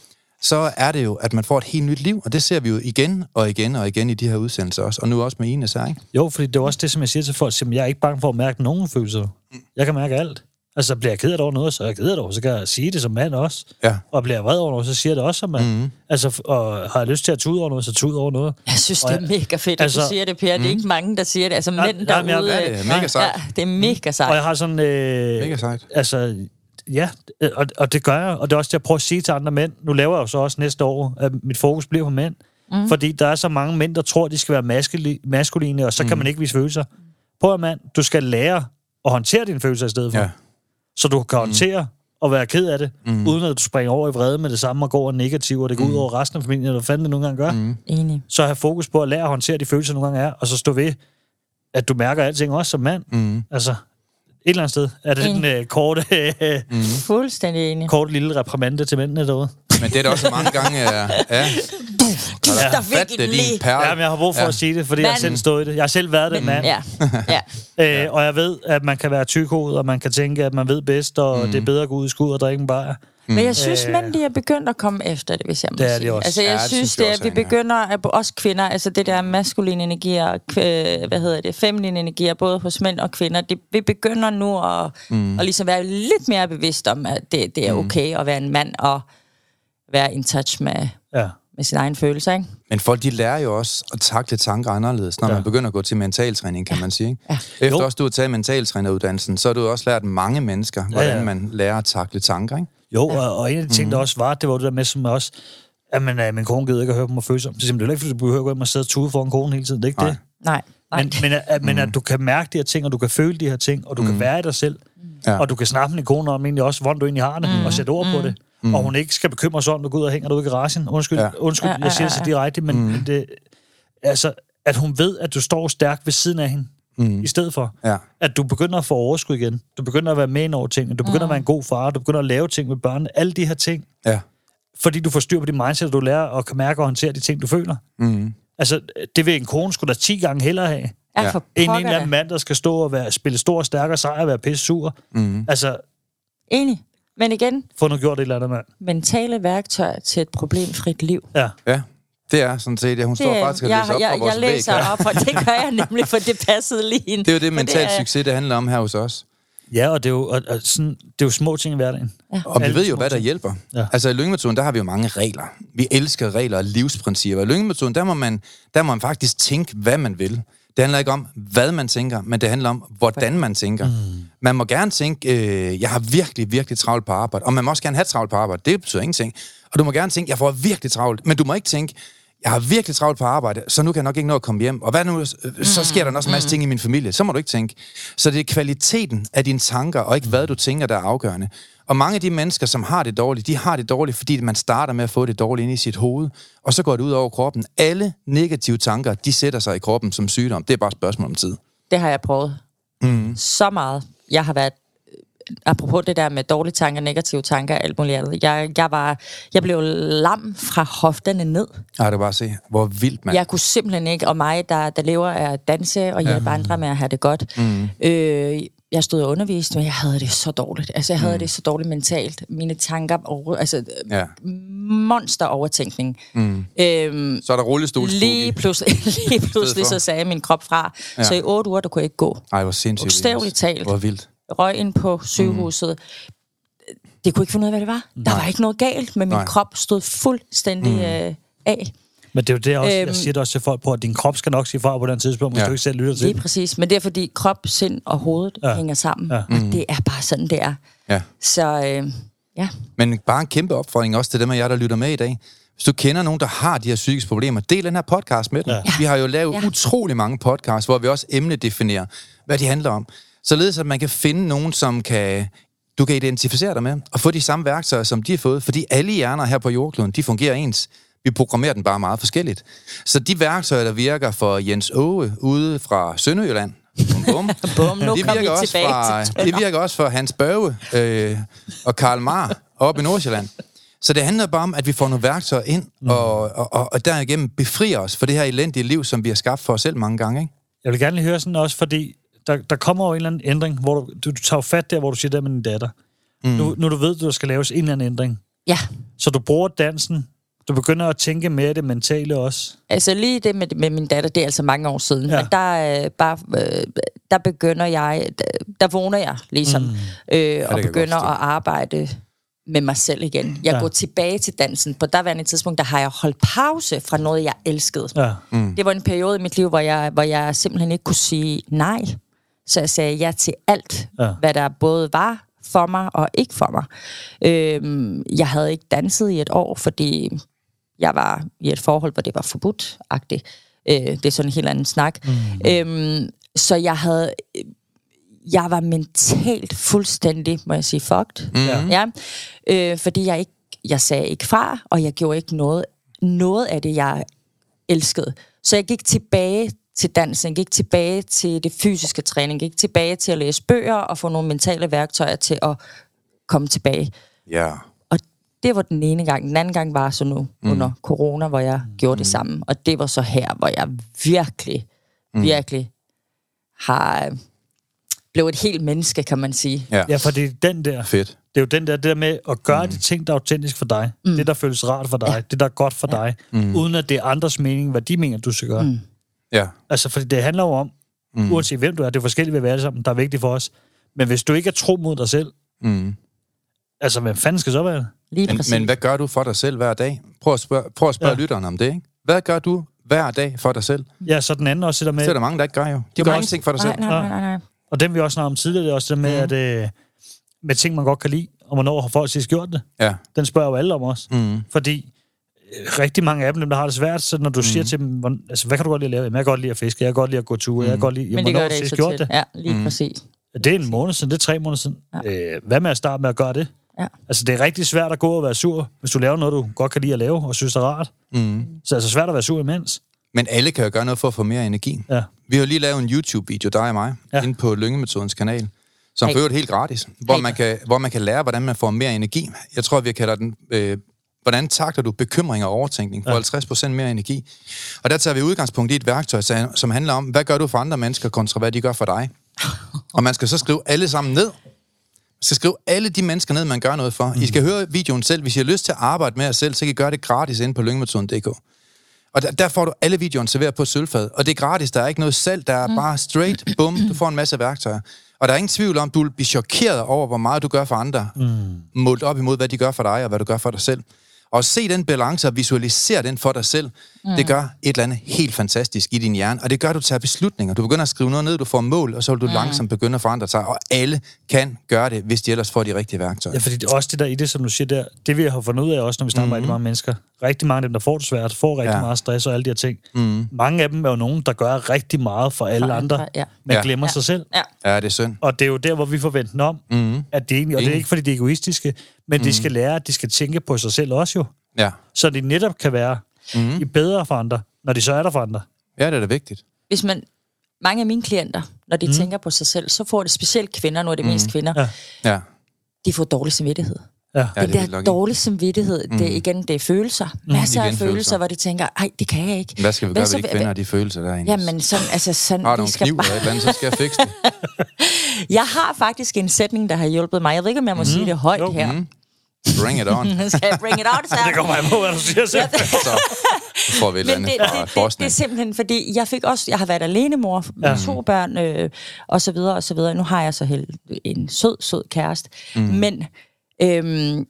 så er det jo, at man får et helt nyt liv, og det ser vi jo igen og igen og igen i de her udsendelser også, og nu også med Ines her, ikke? Jo, fordi det er også det, som jeg siger til folk, at jeg er ikke bange for at mærke nogen følelser. Jeg kan mærke alt. Altså, bliver jeg ked af det over noget, så er jeg ked af det over, så kan jeg sige det som mand også. Ja. Og bliver jeg vred over noget, så siger jeg det også som mand. Mm-hmm. Altså, og har jeg lyst til at tude over noget, så tude over noget. Jeg synes, og det er mega fedt, at altså, du siger det, Per. Det er ikke mange, der siger det. Altså, nej, mænd nej, derude... Nej, det er mega sejt. Ja, det er mega sejt. Og jeg har sådan... Øh, mega sejt. Altså, ja, og, og det gør jeg. Og det er også det, jeg prøver at sige til andre mænd. Nu laver jeg jo så også næste år, at mit fokus bliver på mænd. Mm. Fordi der er så mange mænd, der tror, de skal være maskuli- maskuline, og så mm. kan man ikke vise følelser. Prøv at mand, du skal lære at håndtere dine følelser i stedet for. Ja. Så du kan håndtere mm. og være ked af det, mm. uden at du springer over i vrede med det samme og går og negativ, og det går mm. ud over resten af familien, eller hvad fanden det nogle gange gør. Mm. Enig. Så have fokus på at lære at håndtere de følelser, nogle gange er, og så stå ved, at du mærker alting også som mand. Mm. Altså, et eller andet sted er det en uh, kort, uh, mm. fuldstændig enig. Kort lille reprimande til mændene derude. Men det er da også mange gange, ja. ja. Der, der fik det din perle. Ja, men jeg har brug for ja. at sige det, fordi man. jeg selv stod i det. Jeg har selv været den mand. Ja. ja. øh, og jeg ved, at man kan være tykhoved, og man kan tænke, at man ved bedst, og mm. det er bedre at gå ud i skud og drikke en bajer. Mm. Men jeg synes, øh, mænd, de er begyndt at komme efter det, hvis jeg må det er sige. De også. Altså, jeg ja, synes, det er, at vi begynder, at også kvinder, altså det der maskuline energier, kv- hvad hedder det, feminine energier, både hos mænd og kvinder, det, vi begynder nu at, mm. at ligesom være lidt mere bevidst om, at det, det er okay at være en mand og være in touch med... Ja. med sine egne følelser, ikke? Men folk, de lærer jo også at takle tanker anderledes, når ja. man begynder at gå til mentaltræning, kan man sige, ikke? Ja. Efter jo. også du har taget mentaltræneruddannelsen, så har du også lært mange mennesker, hvordan ja, ja. man lærer at takle tanker, ikke? Jo, ja. og, og en af de ting, der også var, det var det der med, som også, at man, uh, min kone gider ikke at høre på mig følelser. Det er simpelthen ikke, fordi du behøver at gå hjem og sidde og tude foran konen hele tiden, det er ikke Nej. det? Nej. Men, men, at, men at du kan mærke de her ting, og du kan føle de her ting, og du mm. kan være i dig selv, ja. og du kan snappe en kone om egentlig også, hvordan du egentlig har det, mm. og sætte ord mm. på det. Mm. Og hun ikke skal bekymre sig om, at du går ud og hænger derude i garagen. Undskyld, ja. undskyld ja, ja, ja, ja. jeg siger det så direkte, men mm. det, altså, at hun ved, at du står stærkt ved siden af hende, mm. i stedet for. Ja. At du begynder at få overskud igen. Du begynder at være med ind over tingene. Du begynder mm. at være en god far. Du begynder at lave ting med børnene. Alle de her ting. Ja. Fordi du får styr på dit mindset, og du lærer og kan mærke og håndtere de ting, du føler. Mm. Altså, det vil en kone skulle da ti gange hellere have. Ja. For en en eller anden mand, der skal stå og være, spille stor og stærk og sejr og være pisse sur. Mm. Altså... Enig. Men igen... Få nu gjort et eller andet, mand. Mentale værktøjer til et problemfrit liv. Ja. Ja. Det er sådan set, ja, hun står det, faktisk og jeg, læser op jeg, på vores jeg læser væg. op, og det gør jeg nemlig, for det passede lige ind. Det er jo det mentalt succes, det handler om her hos os. Ja, og det er jo, og, og sådan, det er jo små ting i hverdagen. Ja. Og vi ved jo, hvad der hjælper. Ja. Altså i Lyngmetoden, der har vi jo mange regler. Vi elsker regler og livsprincipper. I Lyngmetoden, der må man, der må man faktisk tænke, hvad man vil. Det handler ikke om, hvad man tænker, men det handler om, hvordan man tænker. Mm. Man må gerne tænke, øh, jeg har virkelig, virkelig travlt på arbejde. Og man må også gerne have travlt på arbejde. Det betyder ingenting. Og du må gerne tænke, jeg får virkelig travlt. Men du må ikke tænke, jeg har virkelig travlt på arbejde, så nu kan jeg nok ikke nå at komme hjem. Og hvad nu, så sker der også en masse ting i min familie. Så må du ikke tænke. Så det er kvaliteten af dine tanker, og ikke hvad du tænker, der er afgørende. Og mange af de mennesker, som har det dårligt, de har det dårligt, fordi man starter med at få det dårligt ind i sit hoved, og så går det ud over kroppen. Alle negative tanker, de sætter sig i kroppen som sygdom. Det er bare et spørgsmål om tid. Det har jeg prøvet. Mm. Så meget. Jeg har været, apropos det der med dårlige tanker, negative tanker, alt muligt andet. Jeg, jeg, var, jeg blev lam fra hofterne ned. Ej, det er bare at se, hvor vildt man... Jeg kunne simpelthen ikke, og mig, der, der lever af at danse og hjælpe ja. andre med at have det godt. Mm. Øh, jeg stod og underviste, men jeg havde det så dårligt. Altså, jeg havde mm. det så dårligt mentalt. Mine tanker, over, altså, ja. monster overtænkning. Mm. Øhm, så er der rullestolstudie. Lige pludselig, lige pludselig så sagde min krop fra. Ja. Så i otte uger, der kunne jeg ikke gå. Ej, hvor sindssygt. Bogstaveligt talt. Hvor vildt. Røg ind på sygehuset. Mm. Det kunne ikke finde ud af, hvad det var. Nej. Der var ikke noget galt, men min Nej. krop stod fuldstændig mm. øh, af. Men det er jo det også, øhm, jeg siger det også til folk på, at din krop skal nok sige fra på den tidspunkt, hvis ja. du ikke selv lytter til. Lige præcis, men det er fordi krop, sind og hovedet ja. hænger sammen, ja. og det er bare sådan, det er. Ja. Så øh, ja. Men bare en kæmpe opfordring også til dem af jer, der lytter med i dag. Hvis du kender nogen, der har de her psykiske problemer, del den her podcast med dem. Ja. Vi har jo lavet ja. utrolig mange podcasts, hvor vi også emnedefinerer, hvad de handler om. Således at man kan finde nogen, som kan... du kan identificere dig med, og få de samme værktøjer, som de har fået, fordi alle hjerner her på jordkloden, de fungerer ens. Vi programmerer den bare meget forskelligt. Så de værktøjer, der virker for Jens Åge ude fra Sønderjylland, bum, bum, bum, nu det, virker også fra, det virker også for Hans Børge øh, og Karl Mar oppe i Nordsjælland. Så det handler bare om, at vi får nogle værktøjer ind, mm. og, og, og, og derigennem befrier os for det her elendige liv, som vi har skabt for os selv mange gange. Ikke? Jeg vil gerne lige høre sådan også, fordi der, der kommer jo en eller anden ændring, hvor du, du, du tager fat der, hvor du siger det med din datter. Mm. Nu, nu du ved, at der skal laves en eller anden ændring. Ja. Så du bruger dansen Du begynder at tænke mere det mentale også? Altså lige det med, med min datter, det er altså mange år siden. Ja. Men der, øh, bare, øh, der begynder jeg, der, der vågner jeg ligesom, mm. øh, og begynder at arbejde med mig selv igen. Jeg ja. går tilbage til dansen. På derværende tidspunkt, der har jeg holdt pause fra noget, jeg elskede. Ja. Mm. Det var en periode i mit liv, hvor jeg, hvor jeg simpelthen ikke kunne sige nej. Så jeg sagde ja til alt, ja. hvad der både var for mig og ikke for mig. Øhm, jeg havde ikke danset i et år, fordi jeg var i et forhold, hvor det var forbudt-agtigt. Øh, det er sådan en helt anden snak. Mm. Øhm, så jeg havde... Jeg var mentalt fuldstændig, må jeg sige, fucked. Mm. Ja. Øh, fordi jeg ikke... Jeg sagde ikke fra, og jeg gjorde ikke noget, noget af det, jeg elskede. Så jeg gik tilbage til dansen, jeg gik tilbage til det fysiske træning, jeg gik tilbage til at læse bøger og få nogle mentale værktøjer til at komme tilbage. Ja. Og det var den ene gang. Den anden gang var så nu mm. under corona, hvor jeg mm. gjorde det samme. Og det var så her, hvor jeg virkelig, mm. virkelig har blevet et helt menneske, kan man sige. Ja, ja, for det er den der... Fedt. Det er jo den der, det der med at gøre mm. de ting, der er autentisk for dig. Mm. Det, der føles rart for dig. Ja. Det, der er godt for ja. dig. Mm. Uden at det er andres mening, hvad de mener, du skal gøre. Mm. Ja. Altså, fordi det handler jo om, mm. uanset hvem du er, det er forskelligt ved at være det sammen, der er vigtigt for os. Men hvis du ikke er tro mod dig selv, mm. altså, hvem fanden skal så være det? Men, men hvad gør du for dig selv hver dag? Prøv at spørge, prøv at spørge ja. lytterne om det, ikke? Hvad gør du hver dag for dig selv? Ja, så den anden også sidder med... Så er der mange, der ikke gør jo. De gør ingenting for dig selv. Nej, nej, nej, nej. Og dem vi også snakker om tidligere, det er også det med, mm. at... Øh, med ting, man godt kan lide, og hvornår har folk sidst gjort det. Ja. Den spørger jo alle om os. Mm. Fordi øh, rigtig mange af dem, der har det svært, så når du mm. siger til dem, hvor, altså, hvad kan du godt lide at lave? Jamen, jeg kan godt lide at fiske, jeg kan godt lide at gå ture, mm. jeg kan godt lide... Men det gør det ikke så tit. Det? Ja, lige mm. præcis. Det er en måned siden, det er tre måneder siden. Ja. Øh, hvad med at starte med at gøre det? Ja. Altså, det er rigtig svært at gå og være sur, hvis du laver noget, du godt kan lide at lave, og synes er rart. Mm. Så er det altså svært at være sur imens. Men alle kan jo gøre noget for at få mere energi. Ja. Vi har lige lavet en YouTube-video, dig og mig, ja. inde på Lyngemetodens kanal, som hey. fører helt gratis, hvor man, kan, hvor man kan lære, hvordan man får mere energi. Jeg tror, vi kalder den, øh, hvordan takler du bekymring og overtænkning for ja. halvtreds procent mere energi. Og der tager vi udgangspunkt i et værktøj, som handler om, hvad gør du for andre mennesker, kontra hvad de gør for dig. Og man skal så skrive alle sammen ned. Man skal skrive alle de mennesker ned, man gør noget for. Mm. I skal høre videoen selv. Hvis I har lyst til at arbejde med jer selv, så kan I gøre det gratis inde på lyngemetoden punktum d k. Og der, der får du alle videoerne serveret på sølvfad. Og det er gratis, der er ikke noget salg, der er mm. bare straight, bum, du får en masse værktøjer. Og der er ingen tvivl om, du vil blive chokeret over, hvor meget du gør for andre, mm. målt op imod, hvad de gør for dig, og hvad du gør for dig selv. Og at se den balance og visualisere den for dig selv, mm. det gør et eller andet helt fantastisk i din hjerne. Og det gør, at du tager beslutninger. Du begynder at skrive noget ned, du får mål, og så vil du mm. langsomt begynde at forandre sig. Og alle kan gøre det, hvis de ellers får de rigtige værktøjer. Ja, fordi det er også det der i det, som du siger der, det vi har fundet ud af også, når vi snakker mm. med rigtig mange mennesker. Rigtig mange af dem, der får det svært, får rigtig ja. meget stress og alle de her ting. Mm. Mange af dem er jo nogen, der gør rigtig meget for alle for andre, andre ja. men ja. glemmer ja. sig selv. Ja. ja, det er synd. Og det er jo der, hvor vi forventer om, mm. at det egentlig, og det er ikke fordi, de er egoistiske, men mm. de skal lære, at de skal tænke på sig selv også jo. Ja. Så de netop kan være mm. i bedre for andre, når de så er der for andre. Ja, det er da vigtigt. Hvis man, mange af mine klienter, når de mm. tænker på sig selv, så får det specielt kvinder, nu er det mm. mest kvinder, ja. Ja. de får dårlig samvittighed. Ja. Den ja, der dårlig samvittighed, mm. det, igen, det er følelser. Mm. Masser af følelser, følelser, hvor de tænker, ej, det kan jeg ikke. Hvad skal vi gøre ved de kvinder og de følelser derinde? Jamen, sådan, altså sådan... Har du en kniv eller et eller andet, så skal jeg fikse det. Jeg har faktisk en sætning, der har hjulpet mig. Jeg ved ikke, om jeg må mm. sige det højt jo. her. Mm. Bring it on. Skal jeg bring it on, så? Det kommer jeg på, hvad du siger selv. Så får vi et eller andet fra det, det er simpelthen, fordi jeg fik også, jeg har været alenemor med ja. to børn, øh, og så videre, og så videre. Nu har jeg så helt en sød, sød kæreste. Mm. Men, øhm,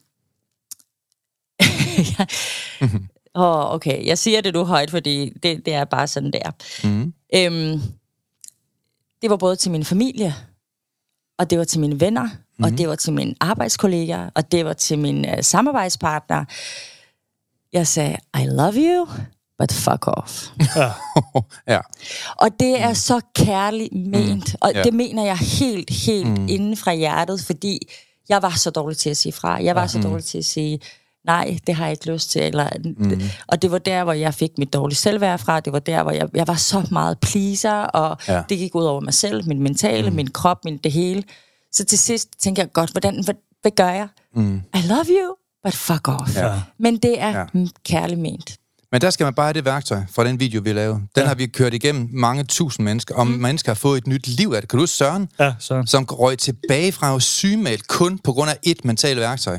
ja, oh, okay, jeg siger det nu højt, fordi det, det er bare sådan, der. Mm. Øhm, det var både til min familie, og det var til mine venner, mm. og det var til mine arbejdskolleger, og det var til mine uh, samarbejdspartnere. Jeg sagde, I love you, but fuck off. Ja. ja. Og det er så kærligt ment, mm. og ja. det mener jeg helt, helt mm. inden fra hjertet, fordi jeg var så dårlig til at sige fra. Jeg var ja. så dårlig til at sige, nej, det har jeg ikke lyst til. Eller, mm. Og det var der, hvor jeg fik mit dårlige selvværd fra. Det var der, hvor jeg, jeg var så meget pleaser, og ja. det gik ud over mig selv, min mentale, mm. min krop, min det hele. Så til sidst tænkte jeg, godt, hvordan, hvad, hvad gør jeg? Mm. I love you, but fuck off. Ja. Men det er ja. kærligt ment. Men der skal man bare have det værktøj fra den video, vi lavede. Den ja. har vi kørt igennem mange tusind mennesker, og mm. mennesker har fået et nyt liv af det. Kan du huske Søren? Ja, Søren. Som røg tilbage fra at sygemeldt kun på grund af et mentalt værktøj.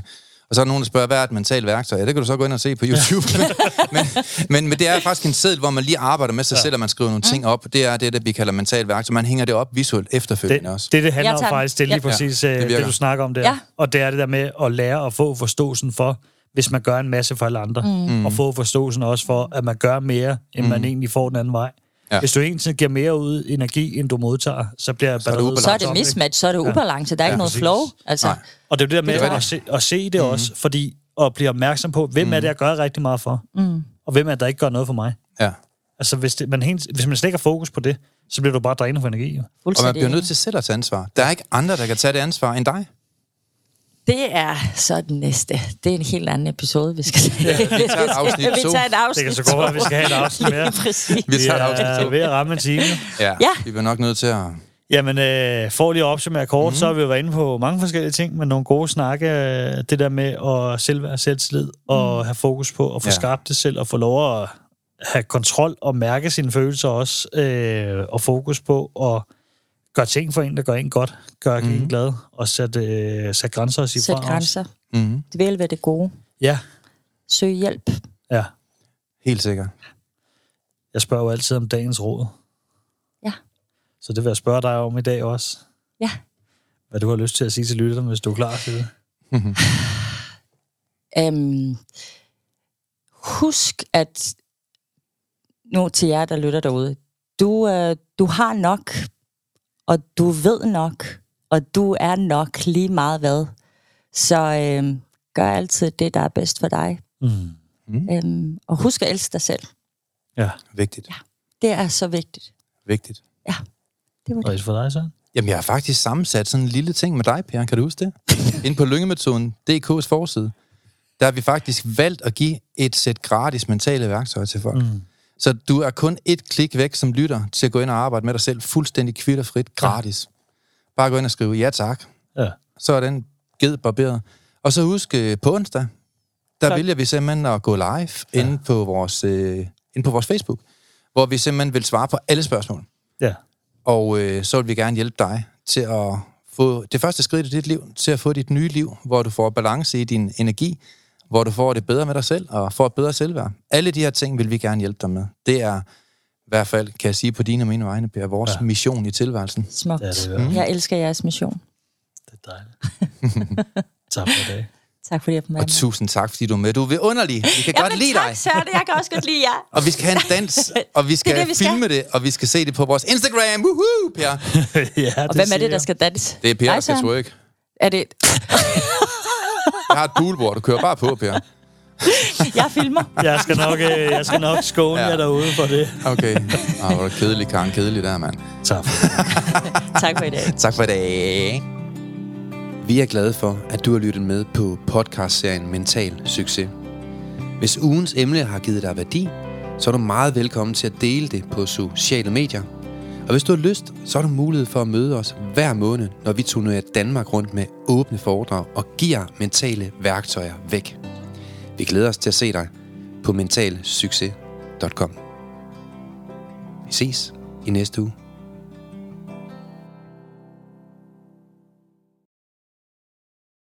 Og så er der nogen, der spørger, hvad er et mentalt værktøj? Ja, det kan du så gå ind og se på YouTube. men, men, men det er faktisk en seddel, hvor man lige arbejder med sig ja. selv, og man skriver nogle ting op. Det er det, der vi kalder mentalt værktøj. Man hænger det op visuelt efterfølgende det, også. Det, det handler om faktisk, det er lige ja. præcis ja, det, det, du snakker om der. Ja. Og det er det der med at lære at få forståelsen for, hvis man gør en masse for alle andre. Mm. Og få forståelsen også for, at man gør mere, end mm. man egentlig får den anden vej. Ja. Hvis du egentlig giver mere ud energi, end du modtager, så bliver så er det, så er det mismatch, så er det ubalance. Der er ja, ikke noget flow. Altså. Og det er det der med det at, se, at se det mm. også, fordi at blive opmærksom på, hvem mm. er det, jeg gør rigtig meget for, mm. og hvem er det, der ikke gør noget for mig. Ja. Altså, hvis, det, man helt, hvis man slet ikke har fokus på det, så bliver du bare drænet for energi. Og man bliver nødt til selv at tage ansvar. Der er ikke andre, der kan tage det ansvar end dig. Det er så den næste. Det er en helt anden episode, vi skal tage. Ja, vi tager et afsnit to. Vi tager et afsnit Det kan så godt være, at vi skal have et afsnit mere. Vi tager et afsnit to. Vi er ved at ramme en time. Ja, ja. Vi bliver nok nødt til at... Jamen, øh, for lige at opsummere kort, mm. så har vi jo været inde på mange forskellige ting, men nogle gode snakke. Det der med at selvværd, selvtillid, og mm. have fokus på at få ja. skabt det selv, og få lov at have kontrol og mærke sine følelser også, øh, og fokus på at gøre ting for en, der gør en godt, gør mm. en glad, og sætte, øh, sætte grænser og sige Sæt fra grænser. Mm. Det vil være det gode. Ja. Søg hjælp. Ja. Helt sikkert. Jeg spørger jo altid om dagens råd. Ja. Så det vil jeg spørge dig om i dag også. Ja. Hvad du har lyst til at sige til lytterne, hvis du er klar til det. um, husk, at nu til jer, der lytter derude, du, øh, du har nok, og du ved nok, og du er nok lige meget hvad. Så øh, gør altid det, der er bedst for dig. Mm. Mm. Øhm, og husk at elske dig selv. Ja, vigtigt. Ja, det er så vigtigt. Vigtigt. Ja, det var det. Og for dig, så? Jamen, jeg har faktisk sammensat sådan en lille ting med dig, Per. Kan du huske det? Inde på lyngemetoden punktum d k's forside, der har vi faktisk valgt at give et sæt gratis mentale værktøjer til folk. Mm. Så du er kun et klik væk som lytter til at gå ind og arbejde med dig selv fuldstændig kvitterfrit, gratis. Ja. Bare gå ind og skrive ja tak. Ja. Så er den ged barberet. Og så husk på onsdag, der tak. vælger vi simpelthen at gå live ja. inde, på vores, øh, inde på vores Facebook, hvor vi simpelthen vil svare på alle spørgsmål. Ja. Og øh, så vil vi gerne hjælpe dig til at få det første skridt i dit liv, til at få dit nye liv, hvor du får balance i din energi, hvor du får det bedre med dig selv, og får et bedre selvværd. Alle de her ting vil vi gerne hjælpe dig med. Det er i hvert fald, kan jeg sige på dine og mine vegne, Per, vores ja. mission i tilværelsen. Smukt. Ja, det mm. Jeg elsker jeres mission. Det er dejligt. Tak for i dag. Tak fordi jeg var med. Og tusind tak, fordi du er med. Du er vidunderlig. Vi kan ja, godt lide tak, dig. Sørte. Jeg kan også godt lide jer. Og vi skal have en dans, og vi skal det det, vi filme skal. det, og vi skal se det på vores Instagram. Woohoo, Per. Ja, og hvem er det, der skal danse? Det er Per, der skal twerk. Er det... Jeg har et poolbord, du kører bare på, Per. Jeg filmer. Jeg skal nok, jeg skal nok skåne ja. jer derude for det. Okay. Åh, hvor er kedelig, Karen. Kedelig der, mand. Tak. Tak for i dag. Tak for i dag. Vi er glade for, at du har lyttet med på podcastserien Mental Succes. Hvis ugens emne har givet dig værdi, så er du meget velkommen til at dele det på sociale medier. Og hvis du har lyst, så har du mulighed for at møde os hver måned, når vi turnerer Danmark rundt med åbne foredrag og giver mentale værktøjer væk. Vi glæder os til at se dig på mental succes punktum com. Vi ses i næste uge.